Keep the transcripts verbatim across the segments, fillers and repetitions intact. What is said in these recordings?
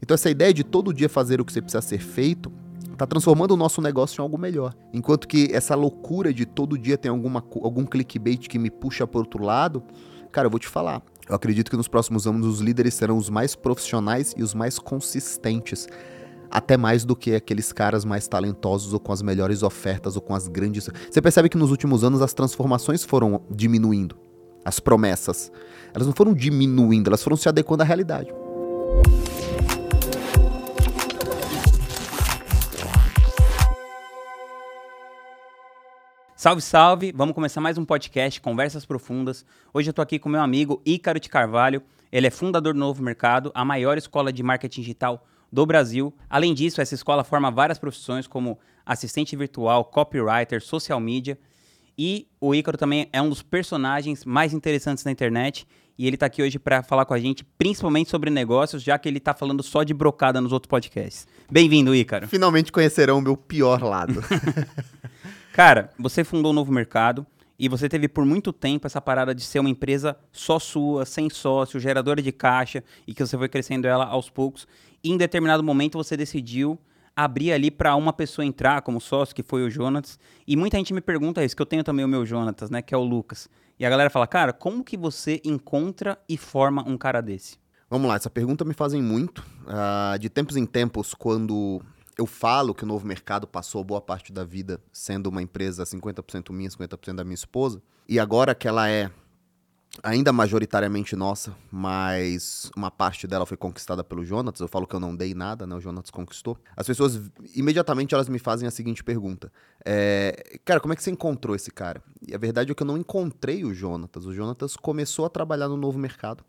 Então essa ideia de todo dia fazer o que você precisa ser feito está transformando o nosso negócio em algo melhor. Enquanto que essa loucura de todo dia tem alguma, algum clickbait que me puxa para outro lado, cara, eu vou te falar. Eu acredito que nos próximos anos os líderes serão os mais profissionais e os mais consistentes. Até mais do que aqueles caras mais talentosos ou com as melhores ofertas ou com as grandes... Você percebe que nos últimos anos as transformações foram diminuindo. As promessas. Elas não foram diminuindo, elas foram se adequando à realidade. Salve, salve! Vamos começar mais um podcast, Conversas Profundas. Hoje eu tô aqui com meu amigo Ícaro de Carvalho. Ele é fundador do Novo Mercado, a maior escola de marketing digital do Brasil. Além disso, essa escola forma várias profissões como assistente virtual, copywriter, social media. E o Ícaro também é um dos personagens mais interessantes na internet. E ele tá aqui hoje para falar com a gente, principalmente sobre negócios, já que ele tá falando só de brocada nos outros podcasts. Bem-vindo, Ícaro. Finalmente conhecerão o meu pior lado. Cara, você fundou o Novo Mercado e você teve por muito tempo essa parada de ser uma empresa só sua, sem sócio, geradora de caixa, e que você foi crescendo ela aos poucos. E em determinado momento você decidiu abrir ali para uma pessoa entrar como sócio, que foi o Jonatas. E muita gente me pergunta isso, que eu tenho também o meu Jonatas, né, que é o Lucas. E a galera fala, cara, como que você encontra e forma um cara desse? Vamos lá, essa pergunta me fazem muito. Uh, de tempos em tempos, quando eu falo que o Novo Mercado passou boa parte da vida sendo uma empresa cinquenta por cento minha, cinquenta por cento da minha esposa, e agora que ela é ainda majoritariamente nossa, mas uma parte dela foi conquistada pelo Jonatas, eu falo que eu não dei nada, né? O Jonatas conquistou. As pessoas, imediatamente, elas me fazem a seguinte pergunta. É, cara, como é que você encontrou esse cara? E a verdade é que eu não encontrei o Jonatas. O Jonatas começou a trabalhar no Novo Mercado.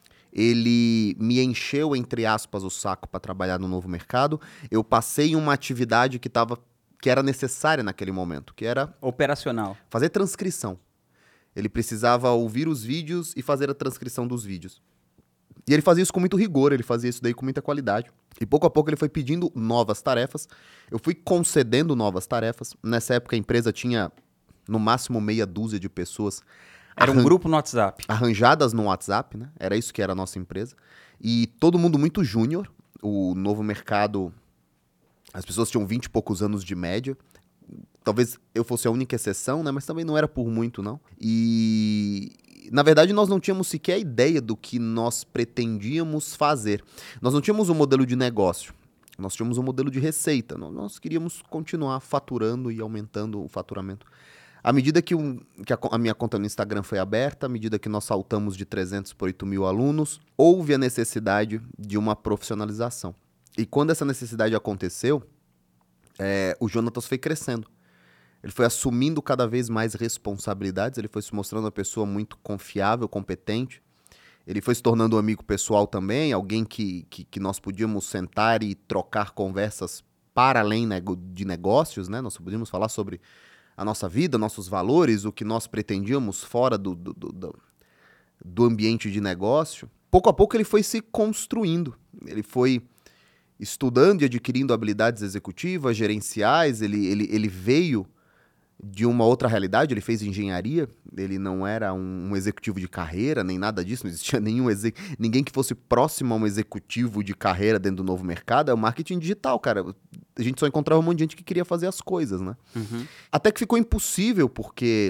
Ele me encheu, entre aspas, o saco para trabalhar no Novo Mercado. Eu passei uma atividade que, tava, que era necessária naquele momento, que era... operacional. Fazer transcrição. Ele precisava ouvir os vídeos e fazer a transcrição dos vídeos. E ele fazia isso com muito rigor, ele fazia isso daí com muita qualidade. E pouco a pouco ele foi pedindo novas tarefas. Eu fui concedendo novas tarefas. Nessa época a empresa tinha, no máximo, meia dúzia de pessoas. Era um grupo no WhatsApp. Arranjadas no WhatsApp, né? Era isso que era a nossa empresa. E todo mundo muito júnior. O Novo Mercado, as pessoas tinham vinte e poucos anos de média. Talvez eu fosse a única exceção, né? Mas também não era por muito, não. E, na verdade, nós não tínhamos sequer ideia do que nós pretendíamos fazer. Nós não tínhamos um modelo de negócio. Nós tínhamos um modelo de receita. Nós queríamos continuar faturando e aumentando o faturamento. À medida que, um, que a, a minha conta no Instagram foi aberta, à medida que nós saltamos de trezentos para oito mil alunos, houve a necessidade de uma profissionalização. E quando essa necessidade aconteceu, é, o Jonatas foi crescendo. Ele foi assumindo cada vez mais responsabilidades, ele foi se mostrando uma pessoa muito confiável, competente. Ele foi se tornando um amigo pessoal também, alguém que, que, que nós podíamos sentar e trocar conversas para além de negócios, né? Nós podíamos falar sobre a nossa vida, nossos valores, o que nós pretendíamos fora do, do, do, do ambiente de negócio. Pouco a pouco ele foi se construindo, ele foi estudando e adquirindo habilidades executivas, gerenciais, ele, ele, ele veio de uma outra realidade, ele fez engenharia, ele não era um, um executivo de carreira, nem nada disso, não existia nenhum exec... ninguém que fosse próximo a um executivo de carreira dentro do Novo Mercado. É o marketing digital, cara. A gente só encontrava um monte de gente que queria fazer as coisas, né? Uhum. Até que ficou impossível, porque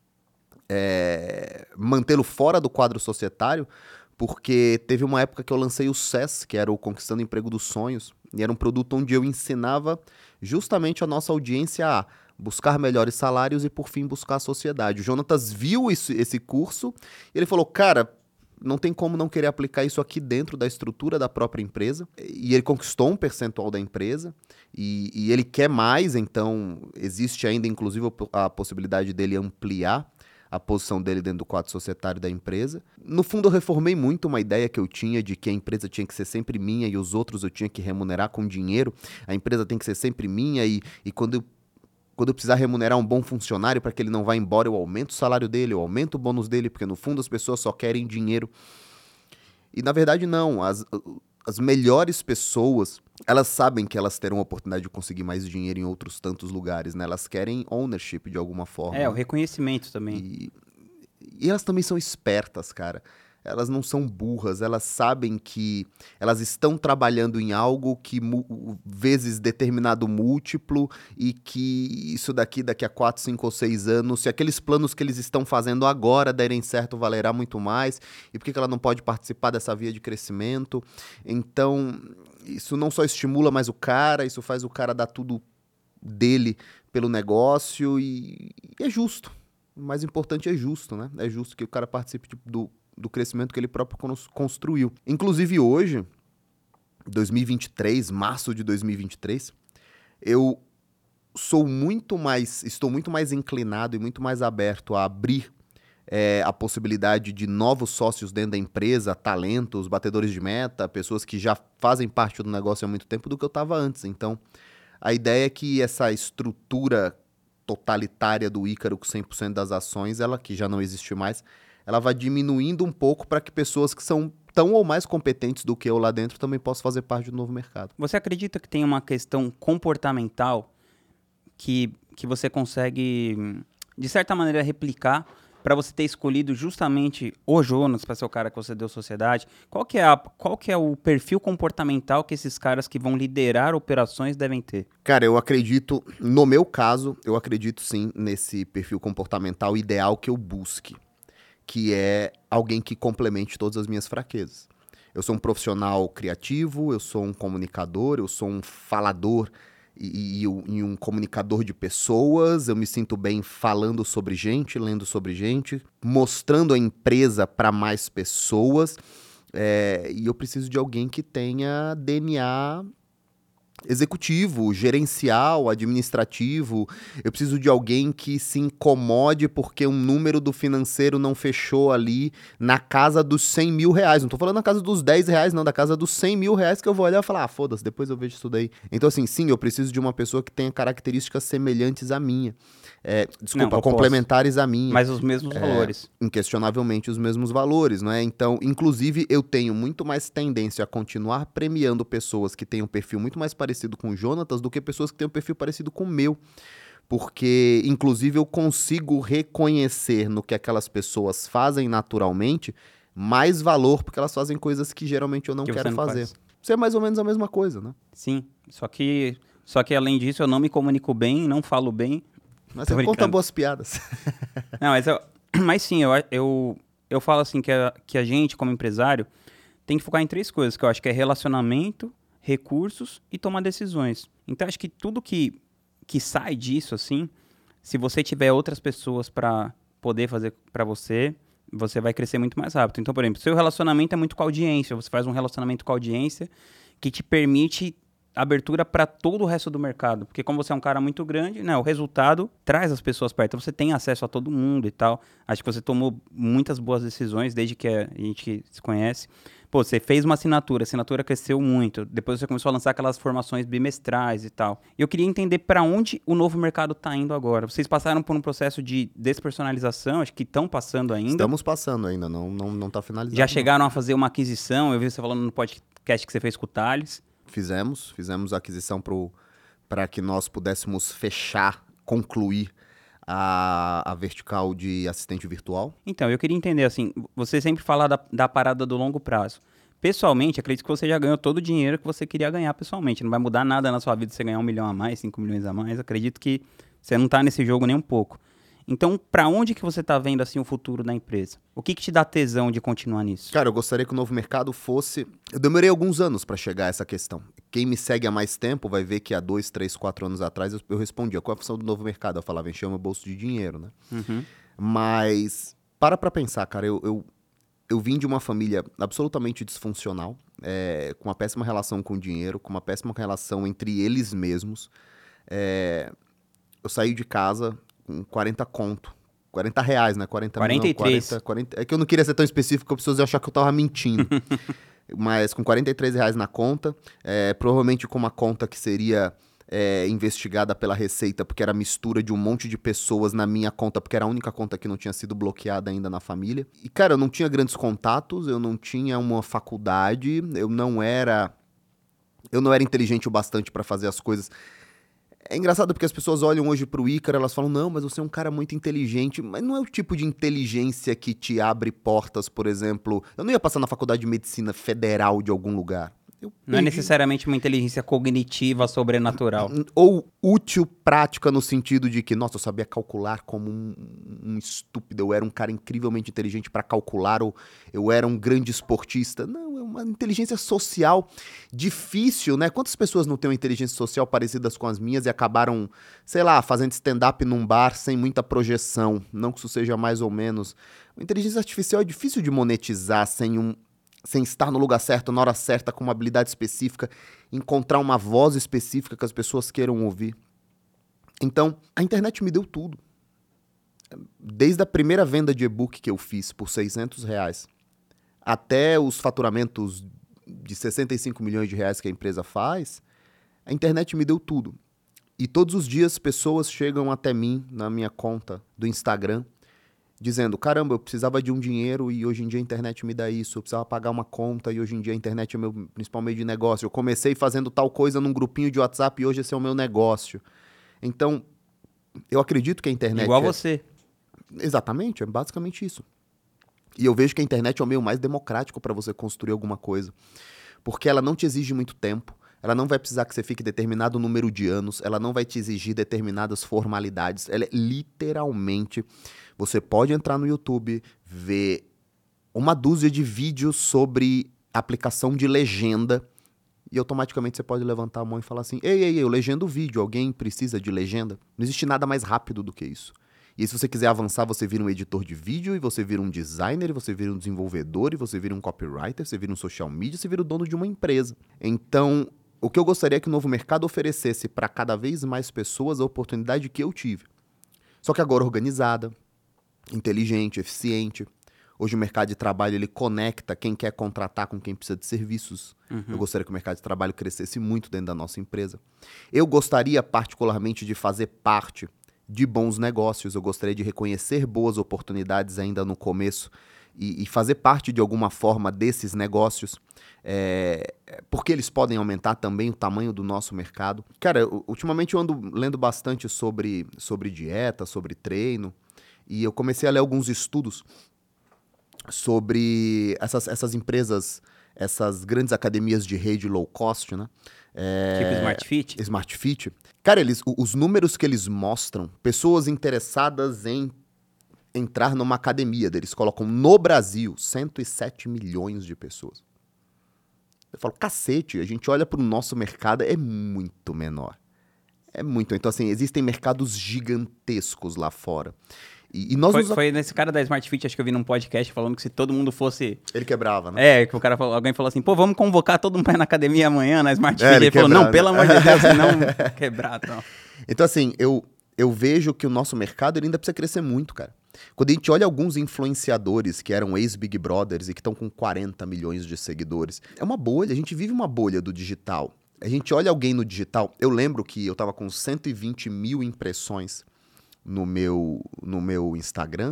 é, mantê-lo fora do quadro societário, porque teve uma época que eu lancei o S E S, que era o Conquistando Emprego dos Sonhos, e era um produto onde eu ensinava justamente a nossa audiência a buscar melhores salários e, por fim, buscar a sociedade. O Jonatas viu esse, esse curso e ele falou, cara, não tem como não querer aplicar isso aqui dentro da estrutura da própria empresa. E ele conquistou um percentual da empresa e, e ele quer mais, então existe ainda, inclusive, a possibilidade dele ampliar a posição dele dentro do quadro societário da empresa. No fundo, eu reformei muito uma ideia que eu tinha de que a empresa tinha que ser sempre minha e os outros eu tinha que remunerar com dinheiro. A empresa tem que ser sempre minha e, e quando eu Quando eu precisar remunerar um bom funcionário para que ele não vá embora, eu aumento o salário dele, eu aumento o bônus dele, porque no fundo as pessoas só querem dinheiro. E na verdade não, as, as melhores pessoas, elas sabem que elas terão a oportunidade de conseguir mais dinheiro em outros tantos lugares, né? Elas querem ownership de alguma forma. É, o reconhecimento também. E, e elas também são espertas, cara. elas não são burras, elas sabem que elas estão trabalhando em algo que mu- vezes determinado múltiplo e que isso daqui, daqui a quatro, cinco ou seis anos, se aqueles planos que eles estão fazendo agora derem certo, valerá muito mais. E por que que ela não pode participar dessa via de crescimento? Então, isso não só estimula mais o cara, isso faz o cara dar tudo dele pelo negócio e, e é justo. O mais importante é justo, né? É justo que o cara participe de- do do crescimento que ele próprio cons- construiu. Inclusive hoje, dois mil e vinte e três, março de dois mil e vinte e três, eu sou muito mais, estou muito mais inclinado e muito mais aberto a abrir é, a possibilidade de novos sócios dentro da empresa, talentos, batedores de meta, pessoas que já fazem parte do negócio há muito tempo do que eu estava antes. Então, a ideia é que essa estrutura totalitária do Ícaro com cem por cento das ações, ela que já não existe mais, ela vai diminuindo um pouco para que pessoas que são tão ou mais competentes do que eu lá dentro também possam fazer parte do novo mercado. Você acredita que tem uma questão comportamental que, que você consegue, de certa maneira, replicar para você ter escolhido justamente o Jonas para ser o cara que você deu sociedade? Qual que, é a, qual que é o perfil comportamental que esses caras que vão liderar operações devem ter? Cara, eu acredito, no meu caso, eu acredito sim nesse perfil comportamental ideal que eu busque, que é alguém que complemente todas as minhas fraquezas. Eu sou um profissional criativo, eu sou um comunicador, eu sou um falador e, e, e um comunicador de pessoas, eu me sinto bem falando sobre gente, lendo sobre gente, mostrando a empresa para mais pessoas, é, e eu preciso de alguém que tenha D N A executivo, gerencial, administrativo. Eu preciso de alguém que se incomode porque um número do financeiro não fechou ali na casa dos cem mil reais. Não tô falando na casa dos dez reais, não, da casa dos cem mil reais que eu vou olhar e falar, ah, foda-se, depois eu vejo isso daí. Então, assim, sim, eu preciso de uma pessoa que tenha características semelhantes à minha. É, desculpa, Não, complementares à minha. Mas os mesmos É, valores. inquestionavelmente os mesmos valores, não é? Então, inclusive, eu tenho muito mais tendência a continuar premiando pessoas que têm um perfil muito mais parecido com o Jonatas do que pessoas que têm um perfil parecido com o meu. Porque, inclusive, eu consigo reconhecer no que aquelas pessoas fazem naturalmente mais valor, porque elas fazem coisas que geralmente eu não Que você quero não fazer. faz. Isso é mais ou menos a mesma coisa, né? Sim, só que, só que além disso eu não me comunico bem, não falo bem. Mas Tô você conta brincando. boas piadas. Não, mas, eu, mas sim, eu, eu, eu falo assim que a, que a gente, como empresário, tem que focar em três coisas, que eu acho que é relacionamento, recursos e tomar decisões. Então, acho que tudo que, que sai disso, assim, se você tiver outras pessoas para poder fazer para você, você vai crescer muito mais rápido. Então, por exemplo, seu relacionamento é muito com a audiência, você faz um relacionamento com a audiência que te permite abertura para todo o resto do mercado, porque como você é um cara muito grande, né, o resultado traz as pessoas perto, então você tem acesso a todo mundo e tal. Acho que você tomou muitas boas decisões desde que a gente se conhece. Pô, você fez uma assinatura, a assinatura cresceu muito, depois você começou a lançar aquelas formações bimestrais e tal. E eu queria entender para onde o novo mercado está indo agora. Vocês passaram por um processo de despersonalização, acho que estão passando ainda. Estamos passando ainda, não, não, não tá finalizado. Já não. chegaram a fazer uma aquisição, eu vi você falando no podcast que você fez com o Thales. Fizemos, fizemos a aquisição para que nós pudéssemos fechar, concluir a, a vertical de assistente virtual. Então, eu queria entender, assim, você sempre fala da, da parada do longo prazo. Pessoalmente, acredito que você já ganhou todo o dinheiro que você queria ganhar pessoalmente. Não vai mudar nada na sua vida se você ganhar um milhão a mais, cinco milhões a mais. Acredito que você não tá nesse jogo nem um pouco. Então, para onde que você tá vendo, assim, o futuro da empresa? O que que te dá tesão de continuar nisso? Cara, eu gostaria que o novo mercado fosse... Eu demorei alguns anos para chegar a essa questão. Quem me segue há mais tempo vai ver que há dois, três, quatro anos atrás eu, eu respondia qual é a função do novo mercado. Eu falava, encher o meu bolso de dinheiro, né? Uhum. Mas, para pra pensar, cara, eu, eu, eu vim de uma família absolutamente disfuncional, é, com uma péssima relação com o dinheiro, com uma péssima relação entre eles mesmos. É, eu saí de casa com quarenta conto. quarenta reais, né? quarenta quarenta e três. Não, quarenta, quarenta, é que eu não queria ser tão específico que as pessoas iam achar que eu tava mentindo. Mas com quarenta e três reais na conta, é, provavelmente com uma conta que seria é, investigada pela Receita, porque era mistura de um monte de pessoas na minha conta, porque era a única conta que não tinha sido bloqueada ainda na família. E, cara, eu não tinha grandes contatos, eu não tinha uma faculdade, eu não era... Eu não era inteligente o bastante para fazer as coisas. É engraçado porque as pessoas olham hoje pro Ícaro, elas falam, não, mas você é um cara muito inteligente. Mas não é o tipo de inteligência que te abre portas, por exemplo. Eu não ia passar na faculdade de medicina federal de algum lugar. Eu Não é perdi- necessariamente uma inteligência cognitiva sobrenatural. Ou útil, prática, no sentido de que, nossa, eu sabia calcular como um, um estúpido, eu era um cara incrivelmente inteligente para calcular, ou eu era um grande esportista. Não, é uma inteligência social difícil, né? Quantas pessoas não têm uma inteligência social parecidas com as minhas e acabaram, sei lá, fazendo stand-up num bar sem muita projeção? Não que isso seja mais ou menos. A inteligência artificial é difícil de monetizar sem um sem estar no lugar certo, na hora certa, com uma habilidade específica, encontrar uma voz específica que as pessoas queiram ouvir. Então, a internet me deu tudo. Desde a primeira venda de e-book que eu fiz por seiscentos reais, até os faturamentos de sessenta e cinco milhões de reais que a empresa faz, a internet me deu tudo. E todos os dias pessoas chegam até mim, na minha conta do Instagram, dizendo, caramba, eu precisava de um dinheiro e hoje em dia a internet me dá isso, eu precisava pagar uma conta e hoje em dia a internet é o meu principal meio de negócio, eu comecei fazendo tal coisa num grupinho de WhatsApp e hoje esse é o meu negócio. Então, eu acredito que a internet... Igual é... você. Exatamente, é basicamente isso. E eu vejo que a internet é o meio mais democrático para você construir alguma coisa, porque ela não te exige muito tempo, ela não vai precisar que você fique determinado número de anos, ela não vai te exigir determinadas formalidades, ela é literalmente... Você pode entrar no YouTube, ver uma dúzia de vídeos sobre aplicação de legenda e automaticamente você pode levantar a mão e falar assim, ei, ei, ei, eu legendo o vídeo, alguém precisa de legenda? Não existe nada mais rápido do que isso. E se você quiser avançar, você vira um editor de vídeo, e você vira um designer, e você vira um desenvolvedor, e você vira um copywriter, você vira um social media, você vira o dono de uma empresa. Então, o que eu gostaria é que o novo mercado oferecesse para cada vez mais pessoas a oportunidade que eu tive. Só que agora organizada, inteligente, eficiente. Hoje o mercado de trabalho ele conecta quem quer contratar com quem precisa de serviços. Uhum. Eu gostaria que o mercado de trabalho crescesse muito dentro da nossa empresa. Eu gostaria particularmente de fazer parte de bons negócios. Eu gostaria de reconhecer boas oportunidades ainda no começo e, e fazer parte de alguma forma desses negócios, é, porque eles podem aumentar também o tamanho do nosso mercado. Cara, ultimamente eu ando lendo bastante sobre, sobre dieta, sobre treino. E eu comecei a ler alguns estudos sobre essas, essas empresas, essas grandes academias de rede low cost, né? É, tipo Smart Fit? Smart Fit. Cara, eles, os números que eles mostram, pessoas interessadas em entrar numa academia deles, colocam no Brasil cento e sete milhões de pessoas. Eu falo, cacete, a gente olha para o nosso mercado, é muito menor. É muito. Então, assim, existem mercados gigantescos lá fora. E, e nós foi, nos... foi nesse cara da Smart Fit, acho que eu vi num podcast falando que se todo mundo fosse... Ele quebrava, né? É, que o cara falou, alguém falou assim, pô, vamos convocar todo mundo pra ir na academia amanhã, na Smart É, Fit. ele Ele falou, quebrava, não, pelo né? amor de Deus, senão quebrar, não. Então, assim, eu, eu vejo que o nosso mercado ele ainda precisa crescer muito, cara. Quando a gente olha alguns influenciadores que eram ex-Big Brothers e que estão com quarenta milhões de seguidores, é uma bolha, a gente vive uma bolha do digital. A gente olha alguém no digital, eu lembro que eu tava com cento e vinte mil impressões no meu, no meu Instagram.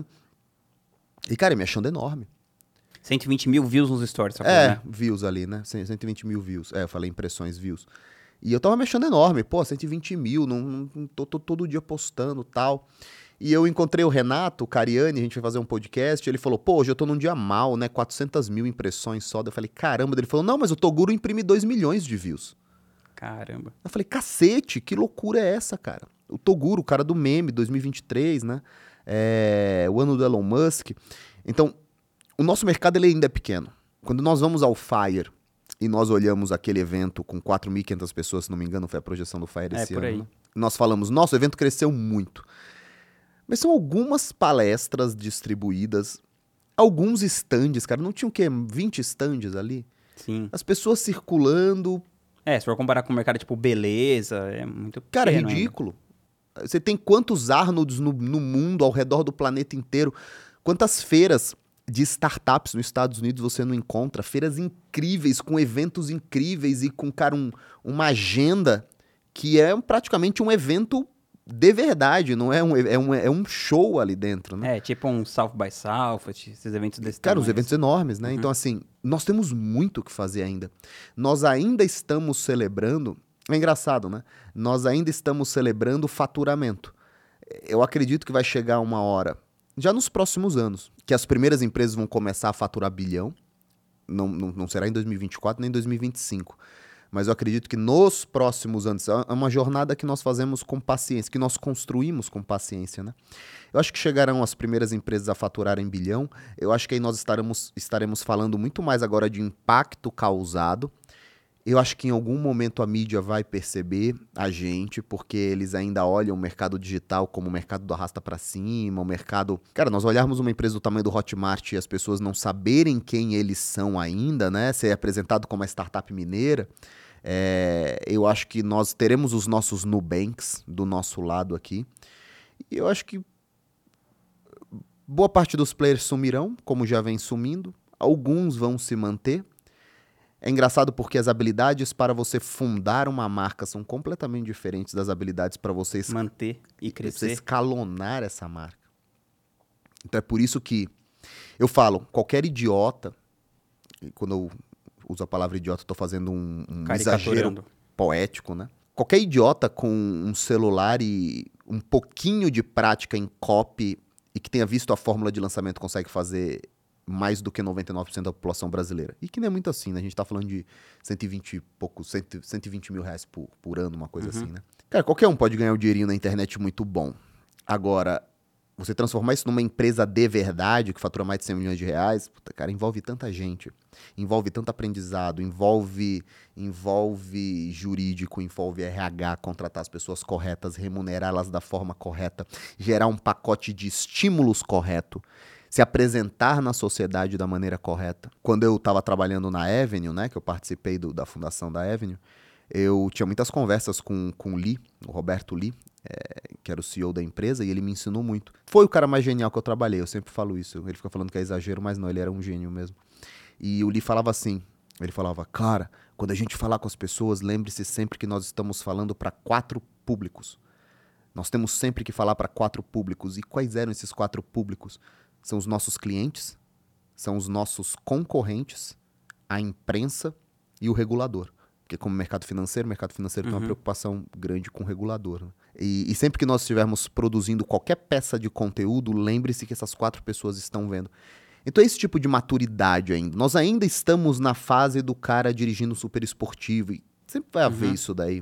E, cara, me achando enorme. cento e vinte mil views nos stories, só É, né? views ali, né? cento e vinte mil views. É, eu falei impressões, views. E eu tava me achando enorme. Pô, cento e vinte mil, não, não tô, tô todo dia postando e tal. E eu encontrei o Renato, o Cariani, a gente foi fazer um podcast, ele falou, pô, hoje eu tô num dia mal, né? quatrocentas mil impressões só. Daí eu falei, caramba. Ele falou, não, mas o Toguro imprime dois milhões de views. Caramba. Eu falei, cacete, que loucura é essa, cara? O Toguro, o cara do meme, dois mil e vinte e três, né? É, o ano do Elon Musk. Então, o nosso mercado ele ainda é pequeno. Quando nós vamos ao Fire e nós olhamos aquele evento com quatro mil e quinhentas pessoas, se não me engano, foi a projeção do Fire É, esse por ano. aí. Né? Nós falamos, nossa, o evento cresceu muito. Mas são algumas palestras distribuídas, alguns estandes, cara. Não tinha o quê? vinte estandes ali? Sim. As pessoas circulando. É, se for comparar com o mercado tipo beleza, é muito Cara, pequeno ridículo. Ainda. Você tem quantos Arnolds no, no mundo, ao redor do planeta inteiro? Quantas feiras de startups nos Estados Unidos você não encontra? Feiras incríveis, com eventos incríveis e com, cara, um, uma agenda que é praticamente um evento de verdade, não é um, é um, é um show ali dentro, né? É, tipo um South by Southwest, esses eventos desse Cara, tamanho, os eventos assim. enormes, né? Uhum. Então, assim, nós temos muito o que fazer ainda. Nós ainda estamos celebrando É engraçado, né? Nós ainda estamos celebrando o faturamento. Eu acredito que vai chegar uma hora, já nos próximos anos, que as primeiras empresas vão começar a faturar bilhão. Não, não, não será em dois mil e vinte e quatro nem em dois mil e vinte e cinco. Mas eu acredito que nos próximos anos, é uma jornada que nós fazemos com paciência, que nós construímos com paciência, né? Eu acho que chegarão as primeiras empresas a faturarem bilhão. Eu acho que aí nós estaremos, estaremos falando muito mais agora de impacto causado. Eu acho que em algum momento a mídia vai perceber a gente, porque eles ainda olham o mercado digital como o mercado do arrasta pra cima, o mercado... Cara, nós olharmos uma empresa do tamanho do Hotmart e as pessoas não saberem quem eles são ainda, né? Ser apresentado como uma startup mineira, é... eu acho que nós teremos os nossos Nubanks do nosso lado aqui. E eu acho que boa parte dos players sumirão, como já vem sumindo. Alguns vão se manter. É engraçado porque as habilidades para você fundar uma marca são completamente diferentes das habilidades para você es- Manter e você crescer. escalonar essa marca. Então é por isso que eu falo, qualquer idiota, e quando eu uso a palavra idiota, estou fazendo um, um exagero Caricaturando. poético, né? Qualquer idiota com um celular e um pouquinho de prática em copy e que tenha visto a fórmula de lançamento consegue fazer mais do que noventa e nove por cento da população brasileira. E que não é muito assim, né? A gente tá falando de cento e vinte e poucos, cento e vinte mil reais por, por ano, uma coisa Uhum. assim, né? Cara, qualquer um pode ganhar um dinheirinho na internet muito bom. Agora, você transformar isso numa empresa de verdade, que fatura mais de cem milhões de reais, puta, cara, envolve tanta gente, envolve tanto aprendizado, envolve, envolve jurídico, envolve R H, contratar as pessoas corretas, remunerá-las da forma correta, gerar um pacote de estímulos correto, se apresentar na sociedade da maneira correta. Quando eu estava trabalhando na Avenue, né, que eu participei do, da fundação da Avenue, eu tinha muitas conversas com, com o Lee, o Roberto Lee, é, que era o C E O da empresa, e ele me ensinou muito. Foi o cara mais genial que eu trabalhei, eu sempre falo isso. Ele fica falando que é exagero, mas não, ele era um gênio mesmo. E o Lee falava assim, ele falava, cara, quando a gente falar com as pessoas, lembre-se sempre que nós estamos falando para quatro públicos. Nós temos sempre que falar para quatro públicos. E quais eram esses quatro públicos? São os nossos clientes, são os nossos concorrentes, a imprensa e o regulador. Porque como mercado financeiro, o mercado financeiro Uhum. tem uma preocupação grande com o regulador. Né? E, e sempre que nós estivermos produzindo qualquer peça de conteúdo, lembre-se que essas quatro pessoas estão vendo. Então é esse tipo de maturidade ainda. Nós ainda estamos na fase do cara dirigindo super esportivo. E sempre vai haver Uhum. isso daí.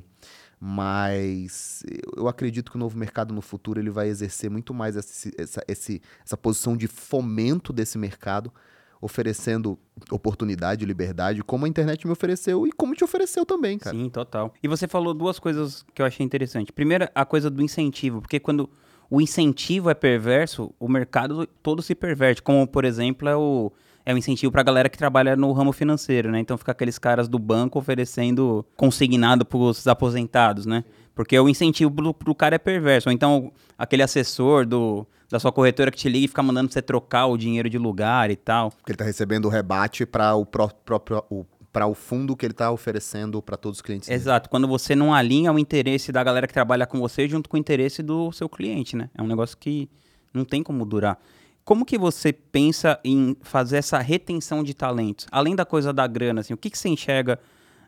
Mas eu- eu acredito que o novo mercado no futuro ele vai exercer muito mais esse- essa, esse- essa posição de fomento desse mercado, oferecendo oportunidade, liberdade, como a internet me ofereceu e como te ofereceu também, cara. Sim, total. E você falou duas coisas que eu achei interessante. Primeiro, a coisa do incentivo, porque quando o incentivo é perverso, o mercado todo se perverte. Como, por exemplo, é o, é o incentivo pra galera que trabalha no ramo financeiro, né? Então fica aqueles caras do banco oferecendo consignado pros aposentados, né? Porque o incentivo pro, pro cara é perverso. Ou então aquele assessor do, da sua corretora que te liga e fica mandando você trocar o dinheiro de lugar e tal. Porque ele tá recebendo o rebate para o pró- próprio o, para o fundo que ele tá oferecendo para todos os clientes dele. Exato, quando você não alinha o interesse da galera que trabalha com você junto com o interesse do seu cliente, né? É um negócio que não tem como durar. Como que você pensa em fazer essa retenção de talentos? Além da coisa da grana, assim, o que, que você enxerga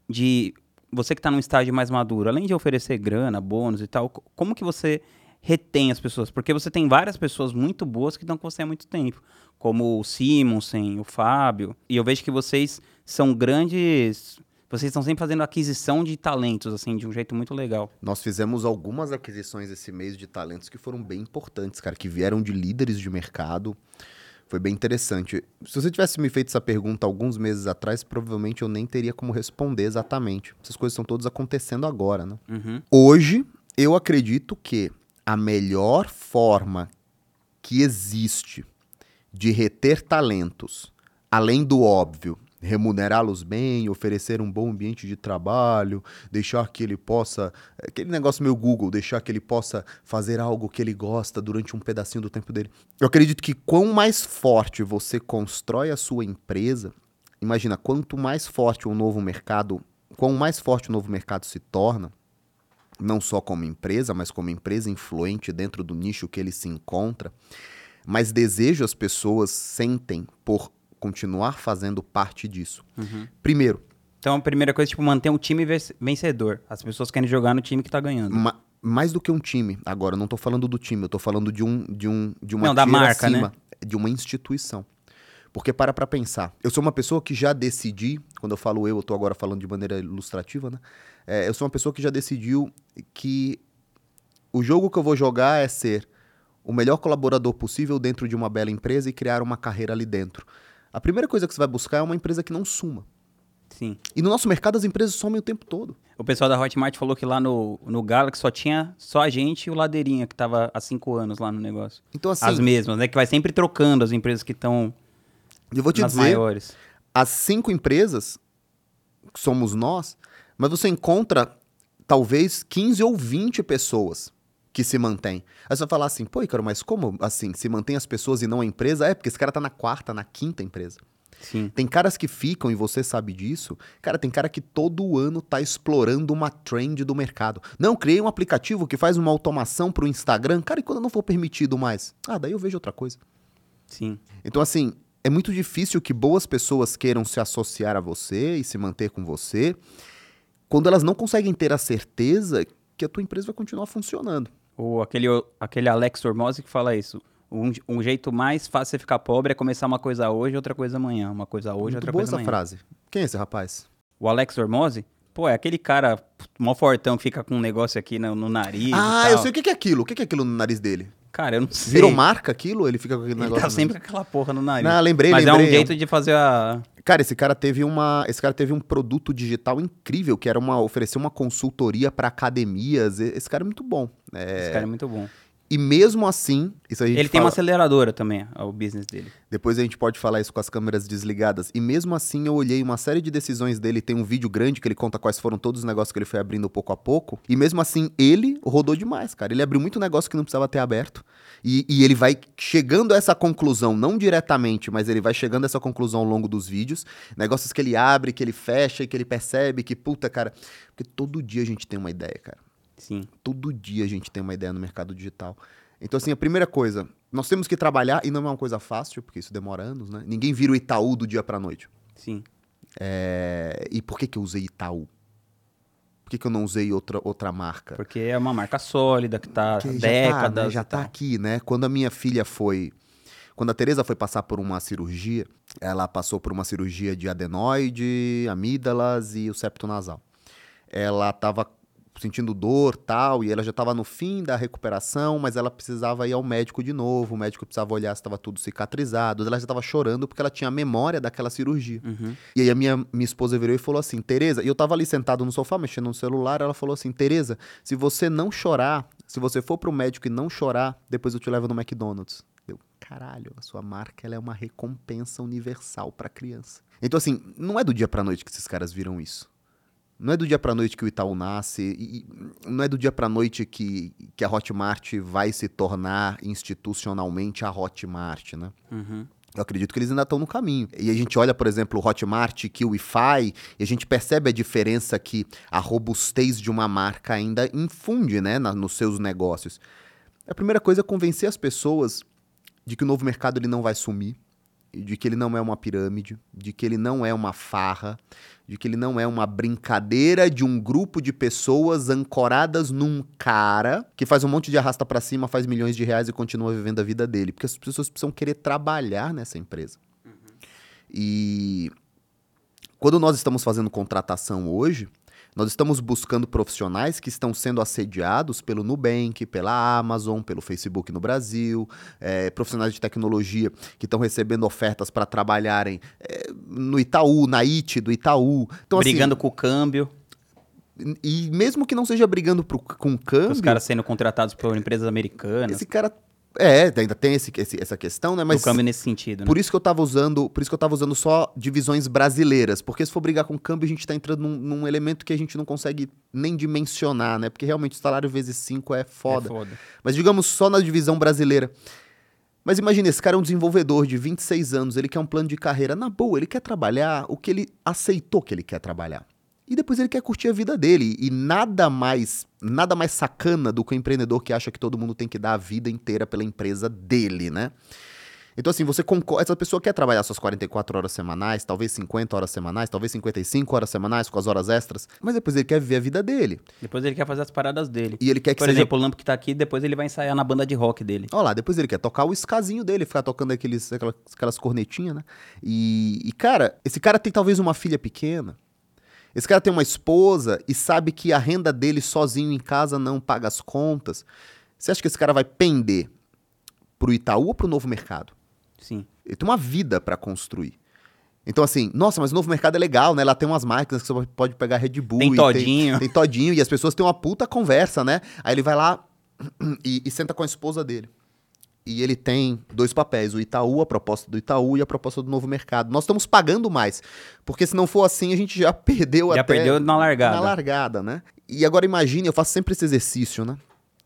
de você que está num estágio mais maduro? Além de oferecer grana, bônus e tal, co- como que você retém as pessoas? Porque você tem várias pessoas muito boas que estão com você há muito tempo, como o Simonsen, o Fábio, e eu vejo que vocês são grandes... Vocês estão sempre fazendo aquisição de talentos, assim, de um jeito muito legal. Nós fizemos algumas aquisições esse mês de talentos que foram bem importantes, cara, que vieram de líderes de mercado. Foi bem interessante. Se você tivesse me feito essa pergunta alguns meses atrás, provavelmente eu nem teria como responder exatamente. Essas coisas estão todas acontecendo agora, né? Uhum. Hoje, eu acredito que a melhor forma que existe de reter talentos, além do óbvio, remunerá-los bem, oferecer um bom ambiente de trabalho, deixar que ele possa, aquele negócio meio Google, deixar que ele possa fazer algo que ele gosta durante um pedacinho do tempo dele. Eu acredito que quanto mais forte você constrói a sua empresa, imagina, quanto mais forte um novo mercado, quanto mais forte o novo mercado se torna, não só como empresa, mas como empresa influente dentro do nicho que ele se encontra, mais desejo as pessoas sentem por continuar fazendo parte disso. Uhum. Primeiro, Então a primeira coisa é tipo, manter um time vencedor. As pessoas querem jogar no time que tá ganhando. Ma- mais do que um time. Agora, eu não tô falando do time, eu tô falando de, um, de, um, de uma Não, da tier marca, acima, né? de uma instituição. Porque para pra pensar. Eu sou uma pessoa que já decidi, quando eu falo eu, eu tô agora falando de maneira ilustrativa, né? É, eu sou uma pessoa que já decidiu que o jogo que eu vou jogar é ser o melhor colaborador possível dentro de uma bela empresa e criar uma carreira ali dentro. A primeira coisa que você vai buscar é uma empresa que não suma. Sim. E no nosso mercado as empresas somem o tempo todo. O pessoal da Hotmart falou que lá no, no Galaxy só tinha só a gente e o Ladeirinha, que tava há cinco anos lá no negócio. Então, assim, As mesmas, né? Que vai sempre trocando as empresas que estão eu vou te nas dizer, maiores. as cinco empresas que somos nós, mas você encontra talvez quinze ou vinte pessoas que se mantêm. Aí você vai falar assim, pô, Ícaro, mas como assim? Se mantém as pessoas e não a empresa? É, porque esse cara tá na quarta, na quinta empresa. Sim. Tem caras que ficam, e você sabe disso, cara, tem cara que todo ano tá explorando uma trend do mercado. Não, criei um aplicativo que faz uma automação pro Instagram, cara, e quando não for permitido mais? Ah, daí eu vejo outra coisa. Sim. Então, assim, é muito difícil que boas pessoas queiram se associar a você e se manter com você, quando elas não conseguem ter a certeza que a tua empresa vai continuar funcionando. Ou aquele, aquele Alex Hormozzi que fala isso. Um, um jeito mais fácil de você ficar pobre é começar uma coisa hoje, outra coisa amanhã. Uma coisa hoje, Muito outra boa coisa essa amanhã. frase. Quem é esse rapaz? O Alex Hormozzi, pô, é aquele cara mó fortão que fica com um negócio aqui no, no nariz. Ah, e tal. eu sei o que que é aquilo. O que que é aquilo no nariz dele? Cara, eu não sei. Virou marca aquilo? Ele fica com aquele Ele negócio? tá no sempre nariz? com aquela porra no nariz. Não, lembrei, Mas lembrei. é um jeito de fazer a... Cara, esse cara teve uma, esse cara teve um produto digital incrível, que era uma oferecer uma consultoria para academias. E- Esse cara é muito bom. É, Esse cara é muito bom. E mesmo assim, isso a gente Ele tem uma fala- aceleradora também, o business dele. depois a gente pode falar isso com as câmeras desligadas. E mesmo assim eu olhei uma série de decisões dele, tem um vídeo grande que ele conta quais foram todos os negócios que ele foi abrindo pouco a pouco. E mesmo assim ele rodou demais, cara. Ele abriu muito negócio que não precisava ter aberto. E, e ele vai chegando a essa conclusão, não diretamente, mas ele vai chegando a essa conclusão ao longo dos vídeos. Negócios que ele abre, que ele fecha e que ele percebe que, puta, cara... Porque todo dia a gente tem uma ideia, cara. Sim. Todo dia a gente tem uma ideia no mercado digital. Então, assim, a primeira coisa, nós temos que trabalhar, e não é uma coisa fácil, porque isso demora anos, né? Ninguém vira o Itaú do dia pra noite. Sim. É... E por que que eu usei Itaú? Por que que eu não usei outra, outra marca? Porque é uma marca sólida, que tá há Porque já décadas tá, né? Já e tá tal. aqui, né? Quando a minha filha foi... Quando a Tereza foi passar por uma cirurgia, ela passou por uma cirurgia de adenoide, amígdalas e o septo nasal. Ela tava sentindo dor tal, e ela já estava no fim da recuperação, mas ela precisava ir ao médico de novo, o médico precisava olhar se estava tudo cicatrizado, ela já estava chorando porque ela tinha a memória daquela cirurgia. Uhum. E aí a minha, minha esposa virou e falou assim, Tereza, e eu tava ali sentado no sofá, mexendo no celular, ela falou assim, Tereza, se você não chorar, se você for pro médico e não chorar, depois eu te levo no McDonald's. Eu, caralho, a sua marca ela é uma recompensa universal pra criança. Então assim, não é do dia pra noite que esses caras viram isso. Não é do dia pra noite que o Itaú nasce, e não é do dia pra noite que, que a Hotmart vai se tornar institucionalmente a Hotmart, né? Uhum. Eu acredito que eles ainda estão no caminho. E a gente olha, por exemplo, o Hotmart, Kiwify, e a gente percebe a diferença que a robustez de uma marca ainda infunde, né, na, nos seus negócios. A primeira coisa é convencer as pessoas de que o novo mercado ele não vai sumir, de que ele não é uma pirâmide, de que ele não é uma farra, de que ele não é uma brincadeira de um grupo de pessoas ancoradas num cara que faz um monte de arrasta pra cima, faz milhões de reais e continua vivendo a vida dele. Porque as pessoas precisam querer trabalhar nessa empresa. Uhum. E quando nós estamos fazendo contratação hoje, nós estamos buscando profissionais que estão sendo assediados pelo Nubank, pela Amazon, pelo Facebook no Brasil, é, profissionais de tecnologia que estão recebendo ofertas para trabalharem é, no Itaú, na I T do Itaú. Então, Brigando assim, com o câmbio. e mesmo que não seja brigando pro, com o câmbio, Os caras sendo contratados por empresas americanas. esse cara... É, ainda tem esse, esse, essa questão, né? Mas o câmbio nesse sentido, né? Por isso que eu tava usando, por isso que eu tava usando só divisões brasileiras, porque se for brigar com o câmbio, a gente tá entrando num, num elemento que a gente não consegue nem dimensionar, né? Porque realmente o salário vezes cinco é foda. É foda. Mas digamos só na divisão brasileira. Mas imagina, esse cara é um desenvolvedor de vinte e seis anos, ele quer um plano de carreira. Na boa, ele quer trabalhar o que ele aceitou que ele quer trabalhar. E depois ele quer curtir a vida dele. E nada mais, nada mais sacana do que o empreendedor que acha que todo mundo tem que dar a vida inteira pela empresa dele, né? Então, assim, você concorda, essa pessoa quer trabalhar suas quarenta e quatro horas semanais, talvez cinquenta horas semanais, talvez cinquenta e cinco horas semanais com as horas extras, mas depois ele quer viver a vida dele. Depois ele quer fazer as paradas dele. E ele quer que Por seja... exemplo, o Lampo que tá aqui, depois ele vai ensaiar na banda de rock dele. Olha lá, depois ele quer tocar o escazinho dele, ficar tocando aqueles, aquelas, aquelas cornetinhas, né? E, e, cara, esse cara tem talvez uma filha pequena, esse cara tem uma esposa e sabe que a renda dele sozinho em casa não paga as contas. Você acha que esse cara vai pender pro Itaú ou pro Novo Mercado? Sim. Ele tem uma vida pra construir. Então, assim, nossa, mas o Novo Mercado é legal, né? Lá tem umas máquinas que você pode pegar Red Bull. Tem todinho. Tem, tem todinho, e as pessoas têm uma puta conversa, né? Aí ele vai lá e, e senta com a esposa dele. E ele tem dois papéis, o Itaú, a proposta do Itaú e a proposta do Novo Mercado. Nós estamos pagando mais, porque se não for assim, a gente já perdeu Já até... perdeu na largada. Na largada, né? E agora imagine, eu faço sempre esse exercício, né?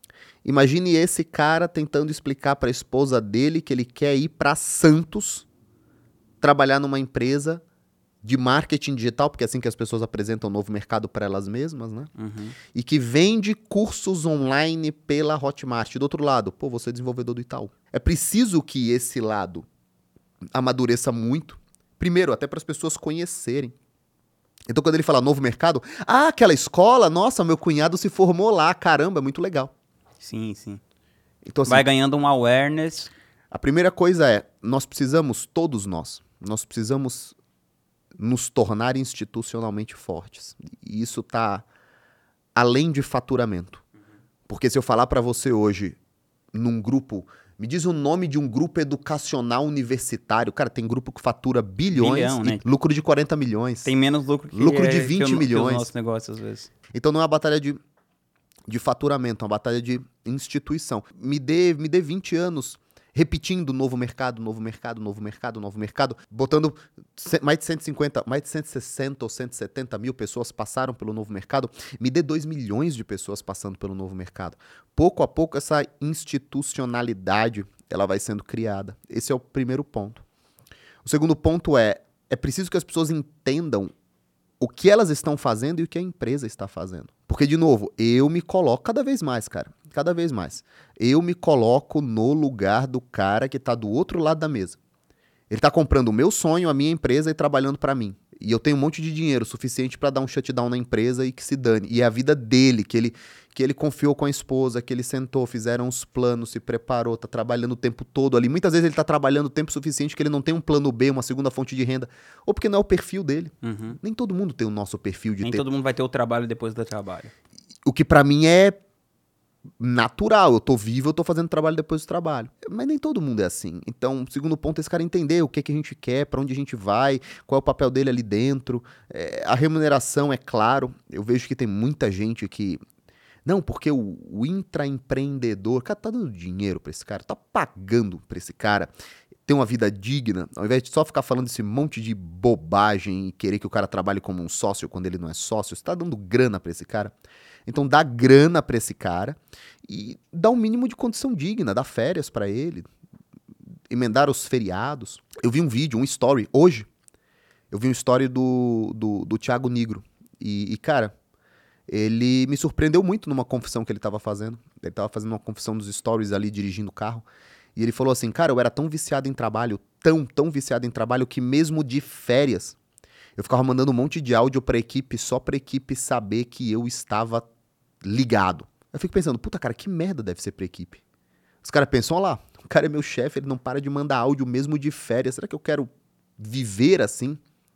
Imagine esse cara tentando explicar para a esposa dele que ele quer ir para Santos trabalhar numa empresa de marketing digital, porque é assim que as pessoas apresentam o Novo Mercado para elas mesmas, né? Uhum. E que vende cursos online pela Hotmart. Do outro lado, pô, você é desenvolvedor do Itaú. É preciso que esse lado amadureça muito. Primeiro, até para as pessoas conhecerem. Então, quando ele fala Novo Mercado, ah, aquela escola, nossa, meu cunhado se formou lá, caramba, é muito legal. Sim, sim. Então, assim, vai ganhando um awareness. A primeira coisa é, nós precisamos, todos nós, nós precisamos nos tornar institucionalmente fortes. E isso está além de faturamento. Porque se eu falar para você hoje, num grupo, me diz o nome de um grupo educacional universitário, cara, tem grupo que fatura bilhões, Bilhão, e né? lucro de quarenta milhões. Tem menos lucro que, Lucro de é, vinte que o, milhões. Que o nosso negócio, às vezes. Então não é uma batalha de, de faturamento, é uma batalha de instituição. Me dê, me dê vinte anos repetindo novo mercado, novo mercado, novo mercado, novo mercado, botando mais de cento e cinquenta, mais de cento e sessenta ou cento e setenta mil pessoas passaram pelo novo mercado, me dê dois milhões de pessoas passando pelo novo mercado. Pouco a pouco essa institucionalidade ela vai sendo criada. Esse é o primeiro ponto. O segundo ponto é, é preciso que as pessoas entendam o que elas estão fazendo e o que a empresa está fazendo. Porque, de novo, eu me coloco cada vez mais, cara. Cada vez mais. Eu me coloco no lugar do cara que está do outro lado da mesa. Ele está comprando o meu sonho, a minha empresa e trabalhando para mim. E eu tenho um monte de dinheiro suficiente para dar um shutdown na empresa e que se dane. E é a vida dele, que ele, que ele confiou com a esposa, que ele sentou, fizeram os planos, se preparou, tá trabalhando o tempo todo ali. Muitas vezes ele tá trabalhando o tempo suficiente que ele não tem um plano B, uma segunda fonte de renda. Ou porque não é o perfil dele. Uhum. Nem todo mundo tem o nosso perfil de Nem ter... todo mundo vai ter o trabalho depois do trabalho. O que para mim é natural, eu tô vivo, eu tô fazendo trabalho depois do trabalho. Mas nem todo mundo é assim. Então, o segundo ponto é esse cara entender o que, é que a gente quer, para onde a gente vai, qual é o papel dele ali dentro. É, a remuneração, é claro, eu vejo que tem muita gente que... Não, porque o, o intraempreendedor, cara, tá dando dinheiro pra esse cara, tá pagando pra esse cara ter uma vida digna, ao invés de só ficar falando esse monte de bobagem e querer que o cara trabalhe como um sócio quando ele não é sócio, você tá dando grana pra esse cara. Então dá grana pra esse cara e dá um mínimo de condição digna, dá férias pra ele, emendar os feriados. Eu vi um vídeo, um story, hoje, eu vi um story do, do, do Thiago Nigro e, e, cara, ele me surpreendeu muito numa confissão que ele tava fazendo. Ele tava fazendo uma confissão nos stories ali, dirigindo o carro, e ele falou assim, cara, eu era tão viciado em trabalho, tão, tão viciado em trabalho, que mesmo de férias, eu ficava mandando um monte de áudio pra equipe, só pra equipe saber que eu estava ligado. Eu fico pensando, puta, cara, que merda deve ser pra equipe. Os caras pensam, olha lá, o cara é meu chefe, ele não para de mandar áudio mesmo de férias. Será que eu quero viver assim?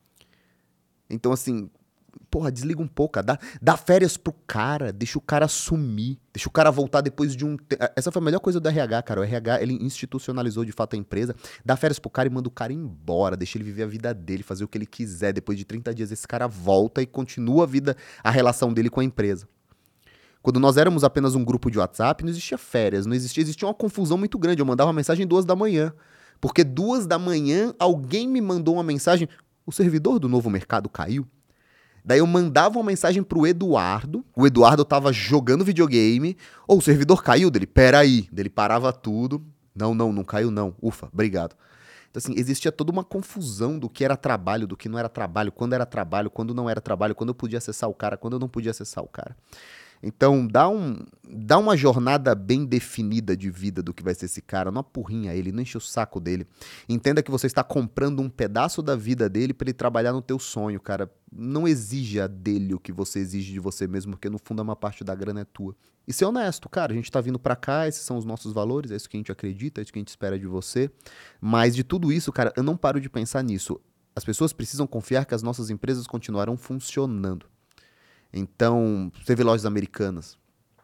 Então, assim, porra, desliga um pouco, dá, dá férias pro cara, deixa o cara sumir, deixa o cara voltar depois de um... Te... Essa foi a melhor coisa do R H, cara. O R H, ele institucionalizou de fato a empresa, dá férias pro cara e manda o cara embora, deixa ele viver a vida dele, fazer o que ele quiser. Depois de trinta dias, esse cara volta e continua a vida, a relação dele com a empresa. Quando nós éramos apenas um grupo de WhatsApp, não existia férias, não existia, existia uma confusão muito grande. Eu mandava uma mensagem duas da manhã, porque duas da manhã alguém me mandou uma mensagem, o servidor do Novo Mercado caiu. Daí eu mandava uma mensagem pro Eduardo, o Eduardo tava jogando videogame, ou oh, o servidor caiu dele, peraí, dele parava tudo, não, não, não caiu não, ufa, obrigado. Então assim, existia toda uma confusão do que era trabalho, do que não era trabalho, quando era trabalho, quando não era trabalho, quando eu podia acessar o cara, quando eu não podia acessar o cara. Então, dá, um, dá uma jornada bem definida de vida do que vai ser esse cara. Não apurrinha ele, não enche o saco dele. Entenda que você está comprando um pedaço da vida dele para ele trabalhar no teu sonho, cara. Não exija dele o que você exige de você mesmo, porque no fundo uma parte da grana é tua. E ser honesto, cara, a gente tá vindo pra cá, esses são os nossos valores, é isso que a gente acredita, é isso que a gente espera de você. Mas de tudo isso, cara, eu não paro de pensar nisso. As pessoas precisam confiar que as nossas empresas continuarão funcionando. Então, você vê lojas americanas,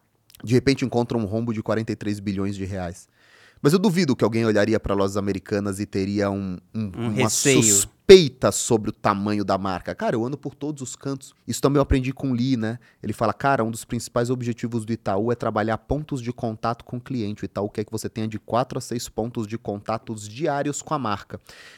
de repente encontra um rombo de quarenta e três bilhões de reais. Mas eu duvido que alguém olharia para lojas americanas e teria um, um, Um uma receio. suspeita sobre o tamanho da marca. Cara, eu ando por todos os cantos. Isso também eu aprendi com o Lee, né? Ele fala, cara, um dos principais objetivos do Itaú é trabalhar pontos de contato com o cliente. O Itaú quer que você tenha de quatro a seis pontos de contatos diários com a marca.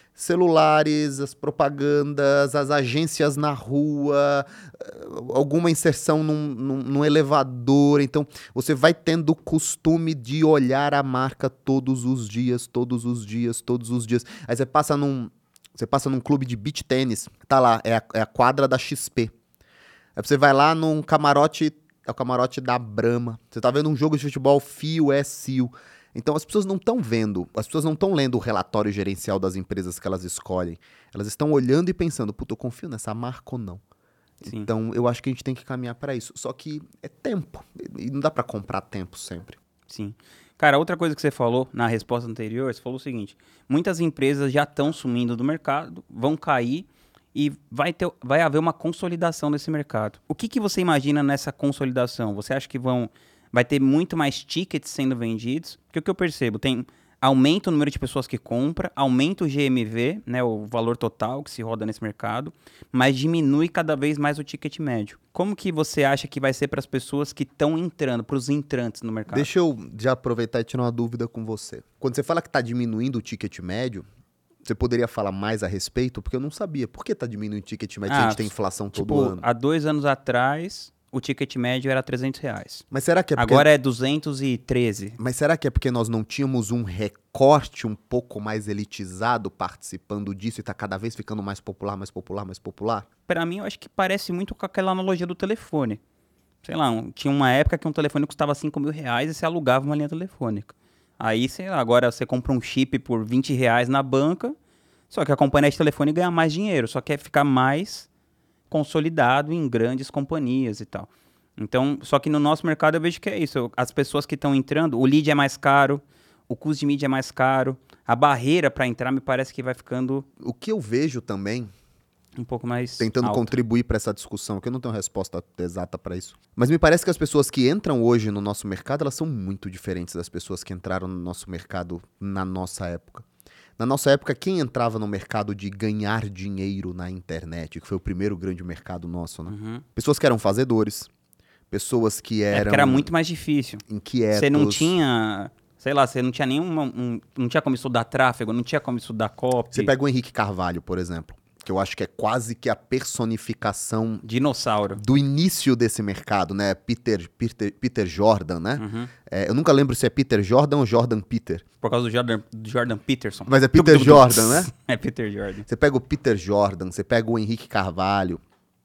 Celulares, as propagandas, as agências na rua, alguma inserção num, num, num elevador. Então, você vai tendo o costume de olhar a marca todos os dias, todos os dias, todos os dias. Aí você passa num, você passa num clube de beach tênis, tá lá, é a, é a quadra da X P. Aí você vai lá num camarote, é o camarote da Brahma. Você tá vendo um jogo de futebol, Fio é Sil. Então as pessoas não estão vendo, as pessoas não estão lendo o relatório gerencial das empresas que elas escolhem. Elas estão olhando e pensando, puta, eu confio nessa marca ou não? Sim. Então eu acho que a gente tem que caminhar para isso. Só que é tempo, e não dá para comprar tempo sempre. Sim. Cara, outra coisa que você falou na resposta anterior, você falou o seguinte, muitas empresas já estão sumindo do mercado, vão cair e vai, ter, vai haver uma consolidação desse mercado. O que, que você imagina nessa consolidação? Você acha que vão... vai ter muito mais tickets sendo vendidos? Porque o que eu percebo, tem aumenta o número de pessoas que compram, aumenta o G M V, né, o valor total que se roda nesse mercado, mas diminui cada vez mais o ticket médio. Como que você acha que vai ser para as pessoas que estão entrando, para os entrantes no mercado? Deixa eu já aproveitar e tirar uma dúvida com você. Quando você fala que está diminuindo o ticket médio, você poderia falar mais a respeito? Porque eu não sabia. Por que está diminuindo o ticket médio ah, se a gente tem inflação todo tipo, ano? Há dois anos atrás... o ticket médio era trezentos reais. Mas será que é porque... Agora é duzentos e treze. Mas será que é porque nós não tínhamos um recorte um pouco mais elitizado participando disso e tá cada vez ficando mais popular, mais popular, mais popular? Pra mim, eu acho que parece muito com aquela analogia do telefone. Sei lá, um, tinha uma época que um telefone custava cinco mil reais e você alugava uma linha telefônica. Aí, sei lá, agora você compra um chip por vinte reais na banca, só que a companhia de telefone ganha mais dinheiro, só quer ficar mais... consolidado em grandes companhias e tal. Então, só que no nosso mercado eu vejo que é isso. As pessoas que estão entrando, o lead é mais caro, o custo de mídia é mais caro, a barreira para entrar me parece que vai ficando... O que eu vejo também... um pouco mais tentando alto. contribuir para essa discussão, que eu não tenho resposta exata para isso. Mas me parece que as pessoas que entram hoje no nosso mercado, elas são muito diferentes das pessoas que entraram no nosso mercado na nossa época. Na nossa época, quem entrava no mercado de ganhar dinheiro na internet, que foi o primeiro grande mercado nosso, né? Uhum. Pessoas que eram fazedores, pessoas que eram... É porque era muito mais difícil. Inquietos. Você não tinha... Sei lá, você não tinha nenhuma... Um, não tinha como estudar tráfego, não tinha como estudar copy. Você pega o Henrique Carvalho, por exemplo, que eu acho que é quase que a personificação... dinossauro. Do início desse mercado, né? Peter, Peter, Peter Jordan, né? Uhum. É, eu nunca lembro se é Peter Jordan ou Jordan Peter. Por causa do Jordan, do Jordan Peterson. Mas é Peter Jordan, né? É Peter Jordan. Você pega o Peter Jordan, você pega o Henrique Carvalho,